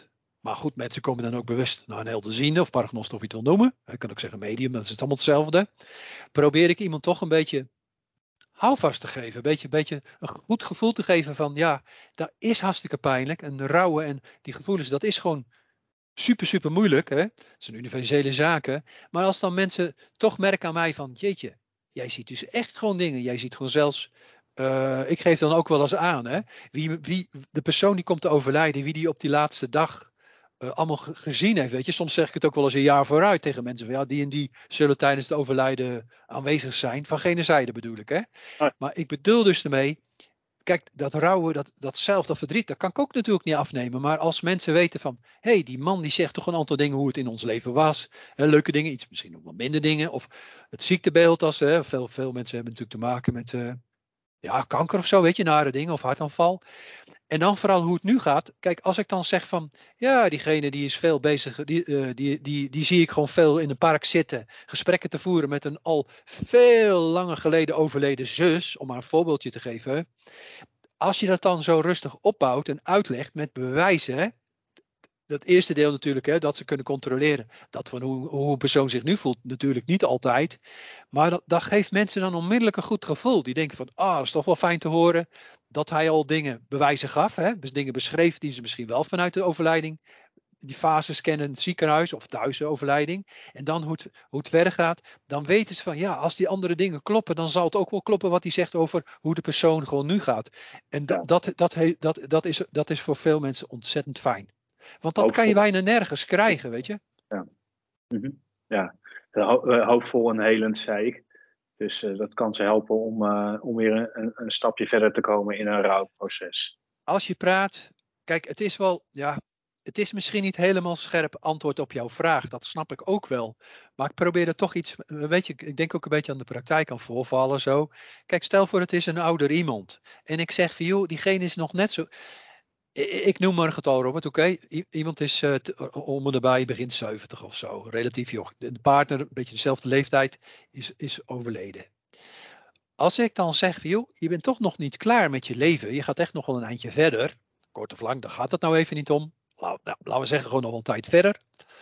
Maar goed, mensen komen dan ook bewust naar een helderziende of paragnost of je het wil noemen. Ik kan ook zeggen medium, dat is het allemaal hetzelfde. Probeer ik iemand toch een beetje houvast te geven. Een beetje, beetje een goed gevoel te geven van ja, dat is hartstikke pijnlijk. En rouwen en die gevoelens, dat is gewoon super, super moeilijk. Hè? Het zijn universele zaken. Maar als dan mensen toch merken aan mij van jeetje, jij ziet dus echt gewoon dingen. Jij ziet gewoon zelfs, uh, ik geef dan ook wel eens aan. Hè? Wie, wie, de persoon die komt te overlijden, wie die op die laatste dag uh, allemaal ge- gezien heeft. Weet je? Soms zeg ik het ook wel eens een jaar vooruit tegen mensen. Van, ja, die en die zullen tijdens het overlijden aanwezig zijn. Van gene zijde bedoel ik. Hè? Ah, Maar ik bedoel dus ermee. Kijk, dat rouwen, dat, dat zelf, dat verdriet, dat kan ik ook natuurlijk niet afnemen. Maar als mensen weten van, hé, hey, die man die zegt toch een aantal dingen hoe het in ons leven was. Hè, leuke dingen, iets misschien ook wel minder dingen. Of het ziektebeeld, als, hè, veel, veel mensen hebben natuurlijk te maken met uh, ja, kanker of zo, weet je, nare dingen of hartaanval. En dan vooral hoe het nu gaat. Kijk, als ik dan zeg van, ja, diegene die is veel bezig, die, uh, die, die, die zie ik gewoon veel in een park zitten. Gesprekken te voeren met een al veel langer geleden overleden zus, om maar een voorbeeldje te geven. Als je dat dan zo rustig opbouwt en uitlegt met bewijzen, hè, dat eerste deel natuurlijk, hè, dat ze kunnen controleren, dat van hoe, hoe een persoon zich nu voelt, natuurlijk niet altijd, maar dat, dat geeft mensen dan onmiddellijk een goed gevoel. Die denken van, ah, dat is toch wel fijn te horen dat hij al dingen bewijzen gaf, hè, dus dingen beschreef die ze misschien wel vanuit de overlijding, die fases kennen in het ziekenhuis of thuis de overlijding. En dan hoe het, hoe het verder gaat. Dan weten ze van ja, als die andere dingen kloppen. Dan zal het ook wel kloppen wat hij zegt over hoe de persoon gewoon nu gaat. En ja, dat, dat, dat, dat, dat, is, dat is voor veel mensen ontzettend fijn. Want dat kan je hoopvol. bijna nergens krijgen, weet je. Ja, mhm. Ja. Ho- uh, hoopvol en helend, zei ik. Dus uh, dat kan ze helpen om, uh, om weer een, een stapje verder te komen in een rouwproces. Als je praat, kijk, het is wel, ja, het is misschien niet helemaal scherp antwoord op jouw vraag. Dat snap ik ook wel. Maar ik probeer er toch iets, weet je, ik denk ook een beetje aan de praktijk aan voorvallen zo. Kijk, stel voor het is een ouder iemand. En ik zeg van, joh, diegene is nog net zo. Ik noem maar een getal, Robert, oké. Okay? Iemand is uh, om en nabij begin zeventig of zo, relatief jong. De partner, een beetje dezelfde leeftijd, is, is overleden. Als ik dan zeg, joh, je bent toch nog niet klaar met je leven. Je gaat echt nog wel een eindje verder. Kort of lang, daar gaat het nou even niet om. Nou, nou, laten we zeggen, gewoon nog wel een tijd verder.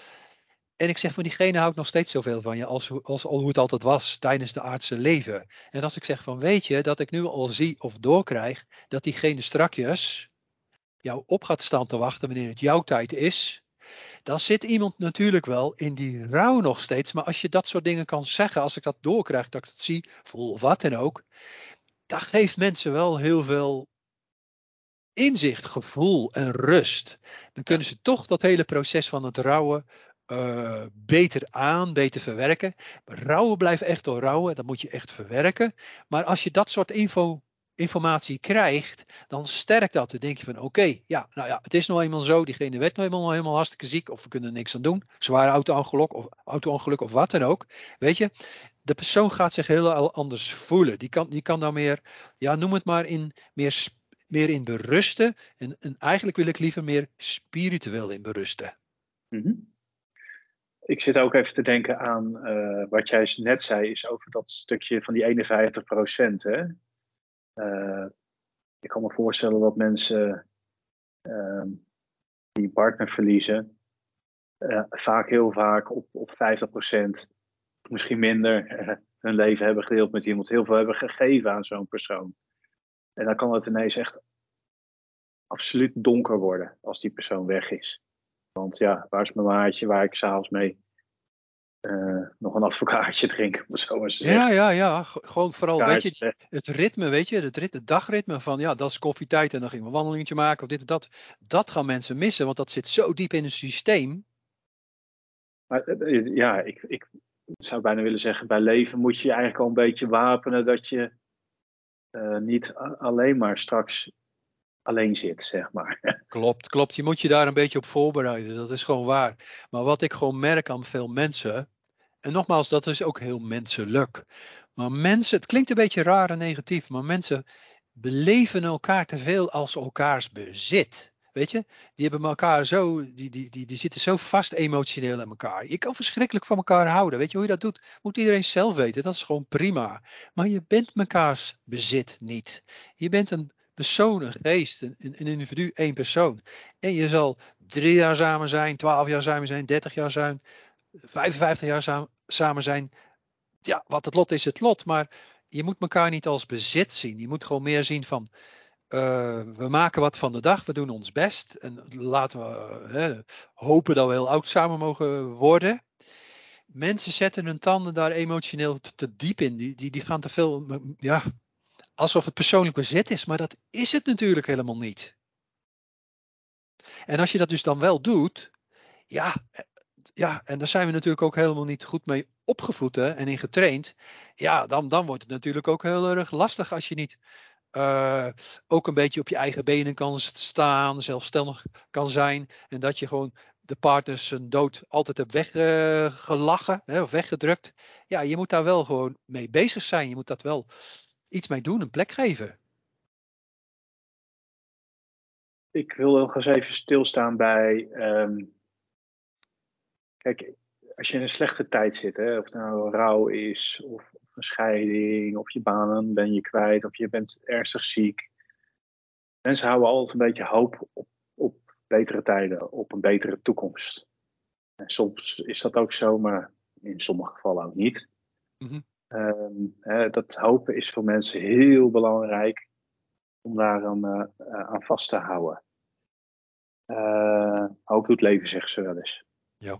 En ik zeg van diegene houdt nog steeds zoveel van je als, als al hoe het altijd was tijdens de aardse leven. En als ik zeg van weet je dat ik nu al zie of doorkrijg dat diegene strakjes jou op gaat staan te wachten wanneer het jouw tijd is. Dan zit iemand natuurlijk wel in die rouw nog steeds. Maar als je dat soort dingen kan zeggen, als ik dat doorkrijg, dat ik het zie, voel of wat dan ook. Dat geeft mensen wel heel veel inzicht, gevoel en rust. Dan kunnen ze toch dat hele proces van het rouwen uh, beter aan, beter verwerken. Maar rouwen blijft echt door rouwen, dat moet je echt verwerken. Maar als je dat soort info, informatie krijgt, dan sterkt dat. Dan denk je van oké, okay, ja, nou ja, het is nou eenmaal zo, diegene werd nou eenmaal, helemaal hartstikke ziek, of we kunnen er niks aan doen. Zwaar auto-ongeluk of, auto-ongeluk of wat dan ook. Weet je, de persoon gaat zich heel anders voelen. Die kan, die kan dan meer, ja, noem het maar in meer meer in berusten. En, en eigenlijk wil ik liever meer spiritueel in berusten. Mm-hmm. Ik zit ook even te denken aan uh, wat jij net zei, is over dat stukje van die eenenvijftig procent. Hè? Uh, ik kan me voorstellen dat mensen uh, die een partner verliezen, uh, vaak heel vaak op, op vijftig procent, misschien minder, uh, hun leven hebben gedeeld met iemand, heel veel hebben gegeven aan zo'n persoon. En dan kan het ineens echt absoluut donker worden als die persoon weg is. Want ja, waar is mijn maatje waar ik s'avonds mee uh, nog een advocaatje drink, om zo maar te zeggen. Ja, ja, ja. Gewoon vooral, Kaart, weet je, het ritme, weet je, het, rit, het dagritme van, ja, dat is koffietijd en dan ging we een wandelingetje maken of dit en dat. Dat gaan mensen missen, want dat zit zo diep in het systeem. Maar ja, ik, ik zou bijna willen zeggen, bij leven moet je je eigenlijk al een beetje wapenen dat je uh, niet alleen maar straks alleen zit, zeg maar. Klopt, klopt. Je moet je daar een beetje op voorbereiden. Dat is gewoon waar. Maar wat ik gewoon merk aan veel mensen, en nogmaals, dat is ook heel menselijk. Maar mensen, het klinkt een beetje raar en negatief, maar mensen beleven elkaar te veel als elkaars bezit. Weet je, die hebben elkaar zo, die, die, die, die zitten zo vast emotioneel aan elkaar. Je kan verschrikkelijk van elkaar houden. Weet je hoe je dat doet? Moet iedereen zelf weten. Dat is gewoon prima. Maar je bent mekaars bezit niet. Je bent een persoon, een geest, een, een individu, één persoon. En je zal drie jaar samen zijn, twaalf jaar samen zijn, dertig jaar zijn, vijfenvijftig jaar samen, samen zijn. Ja, wat het lot is, het lot. Maar je moet elkaar niet als bezit zien. Je moet gewoon meer zien van, uh, we maken wat van de dag, we doen ons best. En laten we uh, hopen dat we heel oud samen mogen worden. Mensen zetten hun tanden daar emotioneel te, te diep in. Die, die, die gaan te veel, ja, alsof het persoonlijk bezit is. Maar dat is het natuurlijk helemaal niet. En als je dat dus dan wel doet, ja, ja, en daar zijn we natuurlijk ook helemaal niet goed mee opgevoed hè, en in getraind. Ja, dan, dan wordt het natuurlijk ook heel erg lastig als je niet uh, ook een beetje op je eigen benen kan staan, zelfstandig kan zijn. En dat je gewoon de partner zijn dood altijd hebt weggelachen uh, of weggedrukt. Ja, je moet daar wel gewoon mee bezig zijn. Je moet dat wel iets mee doen, een plek geven. Ik wil nog eens even stilstaan bij... Um, kijk, als je in een slechte tijd zit, hè, of het nou rouw is, of, of een scheiding, of je banen ben je kwijt, of je bent ernstig ziek. Mensen houden altijd een beetje hoop op, op betere tijden, op een betere toekomst. En soms is dat ook zo, maar in sommige gevallen ook niet. Mm-hmm. Um, hè, dat hopen is voor mensen heel belangrijk om daar aan, uh, aan vast te houden. Uh, hoop doet leven, zegt ze wel eens. Ja.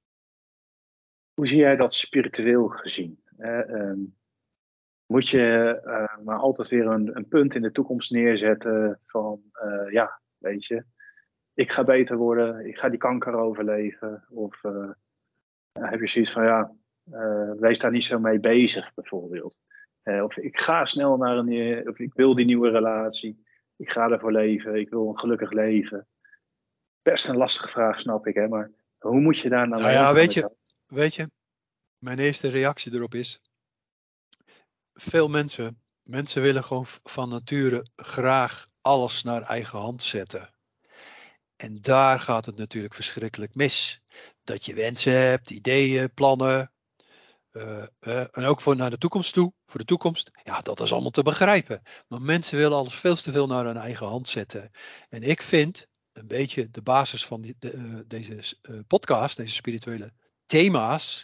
Hoe zie jij dat spiritueel gezien? Uh, um, moet je uh, maar altijd weer een, een punt in de toekomst neerzetten van, uh, ja, weet je, ik ga beter worden, ik ga die kanker overleven. Of uh, heb je zoiets van, ja, uh, wees daar niet zo mee bezig bijvoorbeeld. Uh, of ik ga snel naar een, of ik wil die nieuwe relatie, ik ga ervoor leven, ik wil een gelukkig leven. Best een lastige vraag, snap ik, hè, maar hoe moet je daar nou nou mee ja, omgaan? weet je, weet je, mijn eerste reactie erop is, veel mensen, mensen willen gewoon van nature graag alles naar eigen hand zetten. En daar gaat het natuurlijk verschrikkelijk mis. Dat je wensen hebt, ideeën, plannen. Uh, uh, en ook voor naar de toekomst toe, voor de toekomst. Ja, dat is allemaal te begrijpen. Maar mensen willen alles veel te veel naar hun eigen hand zetten. En ik vind een beetje de basis van die, de, uh, deze uh, podcast, deze spirituele thema's.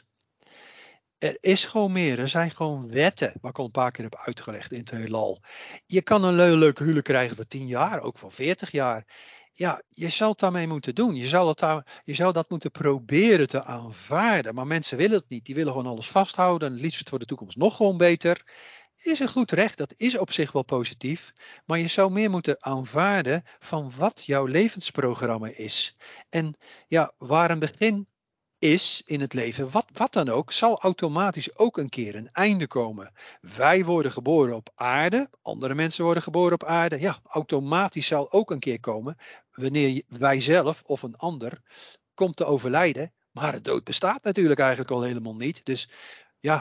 Er is gewoon meer. Er zijn gewoon wetten, waar ik al een paar keer heb uitgelegd in het heelal. Je kan een le- leuke huwelijk krijgen voor tien jaar, ook voor veertig jaar. Ja, je zou het daarmee moeten doen. Je zou, het daar, je zou dat moeten proberen te aanvaarden. Maar mensen willen het niet. Die willen gewoon alles vasthouden. En liefst voor de toekomst nog gewoon beter. Is een goed recht. Dat is op zich wel positief. Maar je zou meer moeten aanvaarden van wat jouw levensprogramma is. En ja, waar een begin is in het leven, wat, wat dan ook, zal automatisch ook een keer een einde komen. Wij worden geboren op aarde, andere mensen worden geboren op aarde. Ja, automatisch zal ook een keer komen, wanneer wij zelf of een ander komt te overlijden. Maar de dood bestaat natuurlijk eigenlijk al helemaal niet. Dus ja,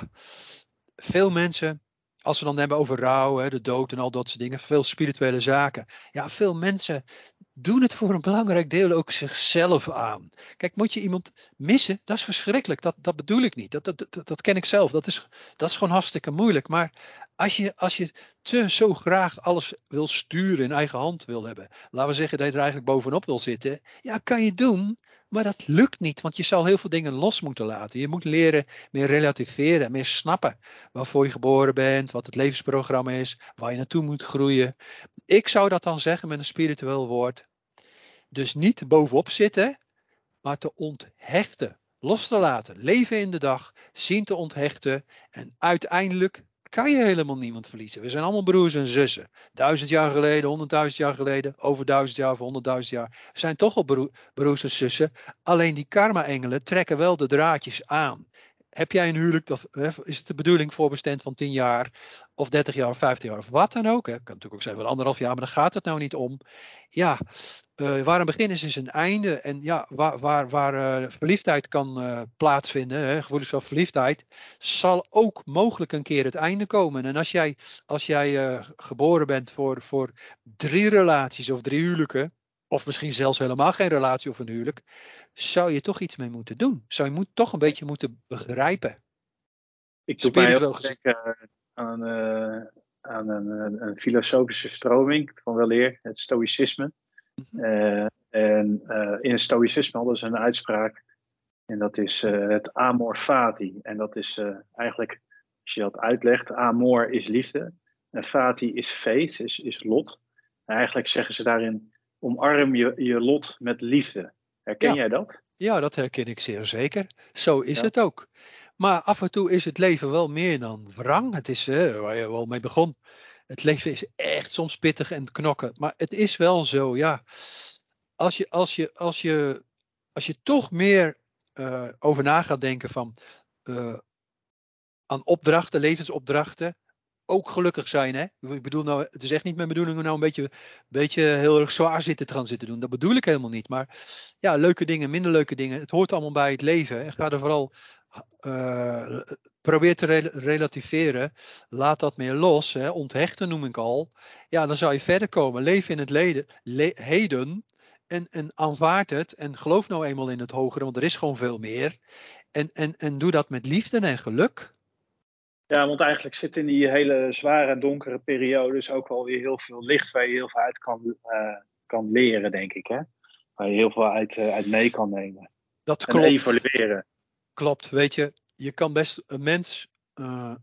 veel mensen, als we dan hebben over rouw, hè, de dood en al dat soort dingen, veel spirituele zaken. Ja, veel mensen doen het voor een belangrijk deel ook zichzelf aan. Kijk, moet je iemand missen? Dat is verschrikkelijk. Dat, dat bedoel ik niet. Dat, dat, dat, dat ken ik zelf. Dat is, dat is gewoon hartstikke moeilijk. Maar als je, als je te zo graag alles wil sturen, in eigen hand wil hebben. Laten we zeggen dat je er eigenlijk bovenop wil zitten. Ja, kan je doen. Maar dat lukt niet, want je zal heel veel dingen los moeten laten. Je moet leren meer relativeren, meer snappen waarvoor je geboren bent, wat het levensprogramma is, waar je naartoe moet groeien. Ik zou dat dan zeggen met een spiritueel woord. Dus niet bovenop zitten, maar te onthechten. Los te laten, leven in de dag, zien te onthechten. En uiteindelijk kan je helemaal niemand verliezen. We zijn allemaal broers en zussen. Duizend jaar geleden, honderdduizend jaar geleden, over duizend jaar of honderdduizend jaar. We zijn toch al bro- broers en zussen. Alleen die karma-engelen trekken wel de draadjes aan. Heb jij een huwelijk, dat, is het de bedoeling voor bestand van tien jaar of dertig jaar of vijftig jaar of wat dan ook. Het kan natuurlijk ook zijn van anderhalf jaar, maar daar gaat het nou niet om. Ja, uh, waar een begin is, is een einde. En ja, waar, waar, waar uh, verliefdheid kan uh, plaatsvinden, hè, gevoelens van verliefdheid, zal ook mogelijk een keer het einde komen. En als jij, als jij uh, geboren bent voor, voor drie relaties of drie huwelijken, of misschien zelfs helemaal geen relatie of een huwelijk, zou je toch iets mee moeten doen. Zou je moet, toch een beetje moeten begrijpen. Ik doe mij ook denken aan uh, aan een, een, een filosofische stroming van weleer, het stoïcisme. Uh, en uh, in het stoïcisme hadden ze een uitspraak. En dat is uh, het amor fati. En dat is uh, eigenlijk, als je dat uitlegt, amor is liefde. En fati is fate, is, is lot. En eigenlijk zeggen ze daarin, omarm je, je lot met liefde. Herken Ja. jij dat? Ja, dat herken ik zeer zeker. Zo is Ja. het ook. Maar af en toe is het leven wel meer dan wrang. Het is uh, waar je wel mee begon. Het leven is echt soms pittig en knokken. Maar het is wel zo, ja. Als je, als je, als je, als je toch meer uh, over na gaat denken van uh, aan opdrachten, levensopdrachten. Ook gelukkig zijn, hè? Ik bedoel nou, het is echt niet mijn bedoeling om nou een beetje, beetje heel erg zwaar zitten te gaan zitten doen. Dat bedoel ik helemaal niet. Maar ja, leuke dingen, minder leuke dingen. Het hoort allemaal bij het leven. En ga er vooral, uh, probeer te re- relativeren. Laat dat meer los. Hè? Onthechten noem ik al. Ja, dan zou je verder komen. Leef in het leden, le- heden. En, en aanvaard het. En geloof nou eenmaal in het hogere. Want er is gewoon veel meer. En, en, en doe dat met liefde en geluk. Ja, want eigenlijk zit in die hele zware, donkere periodes ook wel weer heel veel licht waar je heel veel uit kan, uh, kan leren, denk ik. Hè? Waar je heel veel uit, uh, uit mee kan nemen. Dat en klopt. evalueren. Klopt, weet je. Je kan best een mens, uh,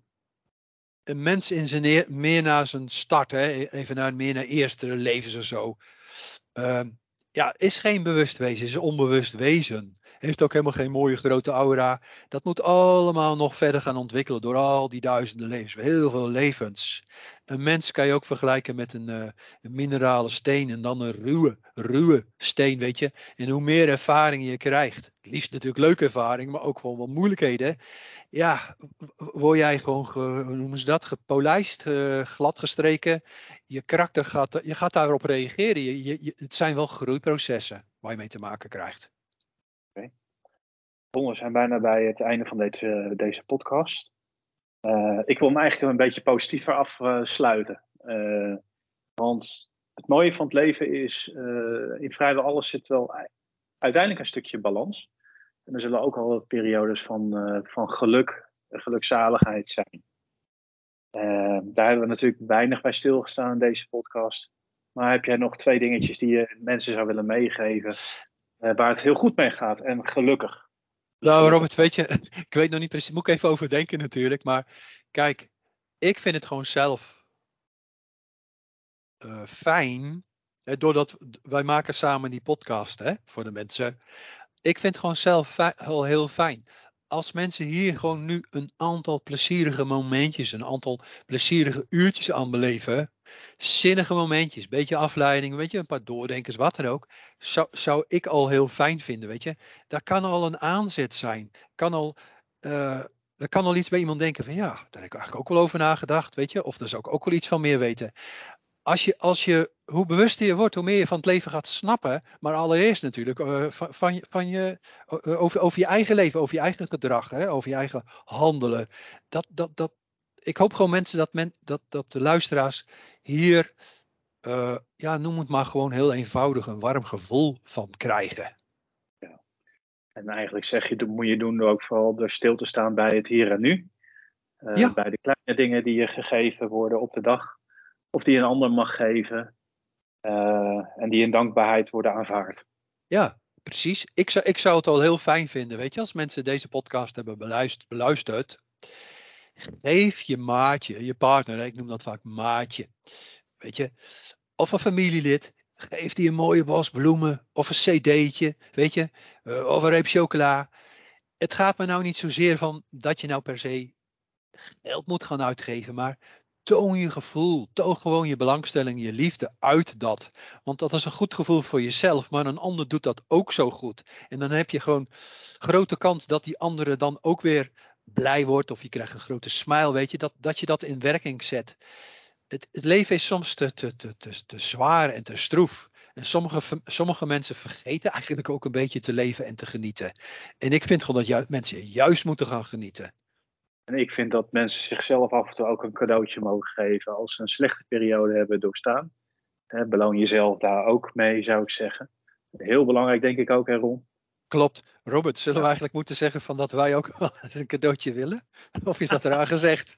een mens in zijn neer, meer naar zijn start, hè? Even naar meer naar eerste levens of zo. Uh, ja, is geen bewust wezen, is onbewust wezen. Heeft ook helemaal geen mooie grote aura. Dat moet allemaal nog verder gaan ontwikkelen door al die duizenden levens. Heel veel levens. Een mens kan je ook vergelijken met een, uh, een minerale steen en dan een ruwe, ruwe steen, weet je. En hoe meer ervaring je krijgt, het liefst natuurlijk leuke ervaring, maar ook gewoon wat moeilijkheden. Ja, word jij gewoon, ge, hoe noemen ze dat, gepolijst, uh, gladgestreken. Je karakter gaat, je gaat daarop reageren. Je, je, je, het zijn wel groeiprocessen waar je mee te maken krijgt. Okay. We zijn bijna bij het einde van deze, deze podcast. Uh, ik wil hem eigenlijk een beetje positiever afsluiten. Uh, want het mooie van het leven is, uh, in vrijwel alles zit wel uiteindelijk een stukje balans. En er zullen ook al periodes van, uh, van geluk en gelukzaligheid zijn. Uh, daar hebben we natuurlijk weinig bij stilgestaan in deze podcast. Maar heb jij nog twee dingetjes die je mensen zou willen meegeven, uh, waar het heel goed mee gaat en gelukkig? Nou, Robert, weet je, ik weet nog niet precies, moet ik even overdenken natuurlijk. Maar kijk, ik vind het gewoon zelf uh, fijn, hè, doordat wij maken samen die podcast, hè, voor de mensen. Ik vind het gewoon zelf wel heel fijn. Als mensen hier gewoon nu een aantal plezierige momentjes, een aantal plezierige uurtjes aan beleven, zinnige momentjes, beetje afleiding, weet je, een paar doordenkers, wat dan ook, zou, zou ik al heel fijn vinden, weet je. Daar kan al een aanzet zijn. Kan al, uh, er kan al iets bij iemand denken van ja, daar heb ik eigenlijk ook wel over nagedacht, weet je. Of daar zou ik ook wel iets van meer weten. Als je, als je, hoe bewuster je wordt, hoe meer je van het leven gaat snappen. Maar allereerst natuurlijk uh, van, van je, van je, uh, over, over je eigen leven, over je eigen gedrag, hè, over je eigen handelen. Dat, dat, dat, ik hoop gewoon mensen dat, men, dat, dat de luisteraars hier, uh, ja, noem het maar gewoon heel eenvoudig, een warm gevoel van krijgen. Ja. En eigenlijk zeg je, dat moet je doen door ook vooral door stil te staan bij het hier en nu. Uh, ja. Bij de kleine dingen die je gegeven worden op de dag. Of die een ander mag geven. Uh, en die in dankbaarheid worden aanvaard. Ja, precies. Ik zou, ik zou het al heel fijn vinden, weet je, als mensen deze podcast hebben beluisterd. beluisterd geef je maatje, je partner, ik noem dat vaak maatje, weet je. Of een familielid. Geef die een mooie bos bloemen. Of een cd'tje, weet je. Uh, of een reep chocola. Het gaat me nou niet zozeer van dat je nou per se geld moet gaan uitgeven. Maar toon je gevoel. Toon gewoon je belangstelling, je liefde uit dat. Want dat is een goed gevoel voor jezelf. Maar een ander doet dat ook zo goed. En dan heb je gewoon grote kans dat die andere dan ook weer blij wordt. Of je krijgt een grote smile, weet je. Dat, dat je dat in werking zet. Het, het leven is soms te, te, te, te, te zwaar en te stroef. En sommige, sommige mensen vergeten eigenlijk ook een beetje te leven en te genieten. En ik vind gewoon dat ju- mensen juist moeten gaan genieten. En ik vind dat mensen zichzelf af en toe ook een cadeautje mogen geven als ze een slechte periode hebben doorstaan. He, beloon jezelf daar ook mee, zou ik zeggen. Heel belangrijk, denk ik ook, hè, Ron? Klopt. Robert, zullen ja. we eigenlijk moeten zeggen van dat wij ook wel eens een cadeautje willen? Of is dat eraan gezegd?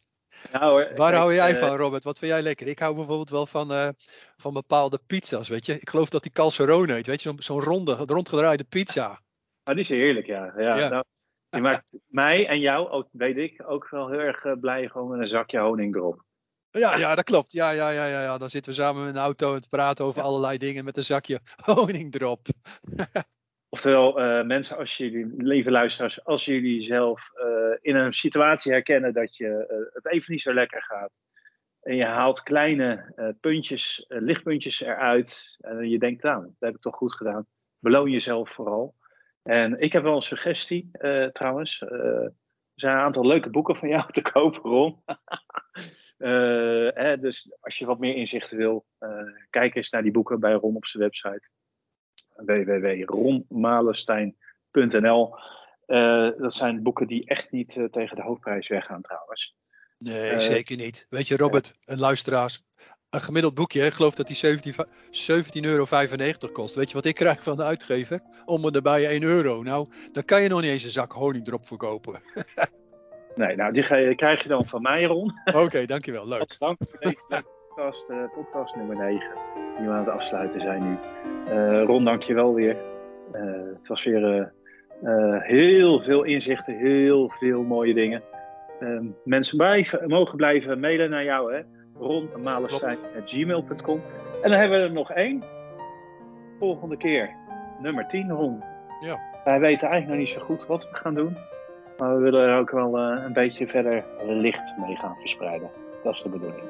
Nou, hoor, Waar kijk, hou jij uh, van, Robert? Wat vind jij lekker? Ik hou bijvoorbeeld wel van, uh, van bepaalde pizza's, weet je. Ik geloof dat die calzone heet, weet je. Zo'n zo'n ronde, rondgedraaide pizza. Oh, die is heerlijk, ja. ja, Ja. Nou, die maakt mij en jou, ook, weet ik, ook wel heel erg uh, blij gewoon met een zakje honing erop. Ja, ja, dat klopt. Ja, ja, ja, ja, ja. Dan zitten we samen in een auto te praten over Ja. allerlei dingen met een zakje honing erop. Oftewel, uh, mensen, als jullie, lieve luisteraars, als jullie zelf uh, in een situatie herkennen dat je uh, het even niet zo lekker gaat. En je haalt kleine uh, puntjes, uh, lichtpuntjes eruit. En je denkt, nou, dat heb ik toch goed gedaan. Beloon jezelf vooral. En ik heb wel een suggestie, uh, trouwens. Uh, er zijn een aantal leuke boeken van jou te kopen, Ron. uh, hè, dus als je wat meer inzichten wil, uh, kijk eens naar die boeken bij Ron op zijn website. w w w punt ron malenstein punt n l. Uh, dat zijn boeken die echt niet uh, tegen de hoofdprijs weggaan, trouwens. Nee, uh, zeker niet. Weet je, Robert, uh, en luisteraars, een gemiddeld boekje, ik geloof dat die zeventien euro vijfennegentig kost. Weet je wat ik krijg van de uitgever? Om en erbij één euro. Nou, dan kan je nog niet eens een zak honing erop verkopen. Nee, nou, die, ga je, die krijg je dan van mij, Ron. Oké, okay, dankjewel. Leuk. Dank voor deze podcast, uh, podcast nummer negen, die we aan het afsluiten zijn nu. Uh, Ron, dankjewel weer. Uh, het was weer uh, uh, heel veel inzichten, heel veel mooie dingen. Uh, mensen blijven, mogen blijven mailen naar jou, hè? ron malenstein at gmail punt com. En dan hebben we er nog één. Volgende keer, nummer tien, Ron. Ja. Wij weten eigenlijk nog niet zo goed wat we gaan doen. Maar we willen er ook wel uh, een beetje verder licht mee gaan verspreiden. Dat is de bedoeling.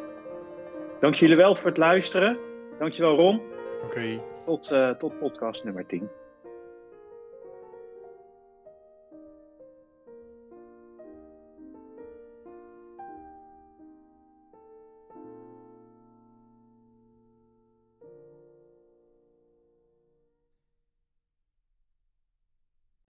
Dank jullie wel voor het luisteren. Dankjewel, Ron. Oké. Okay. Tot, uh, tot podcast nummer tien.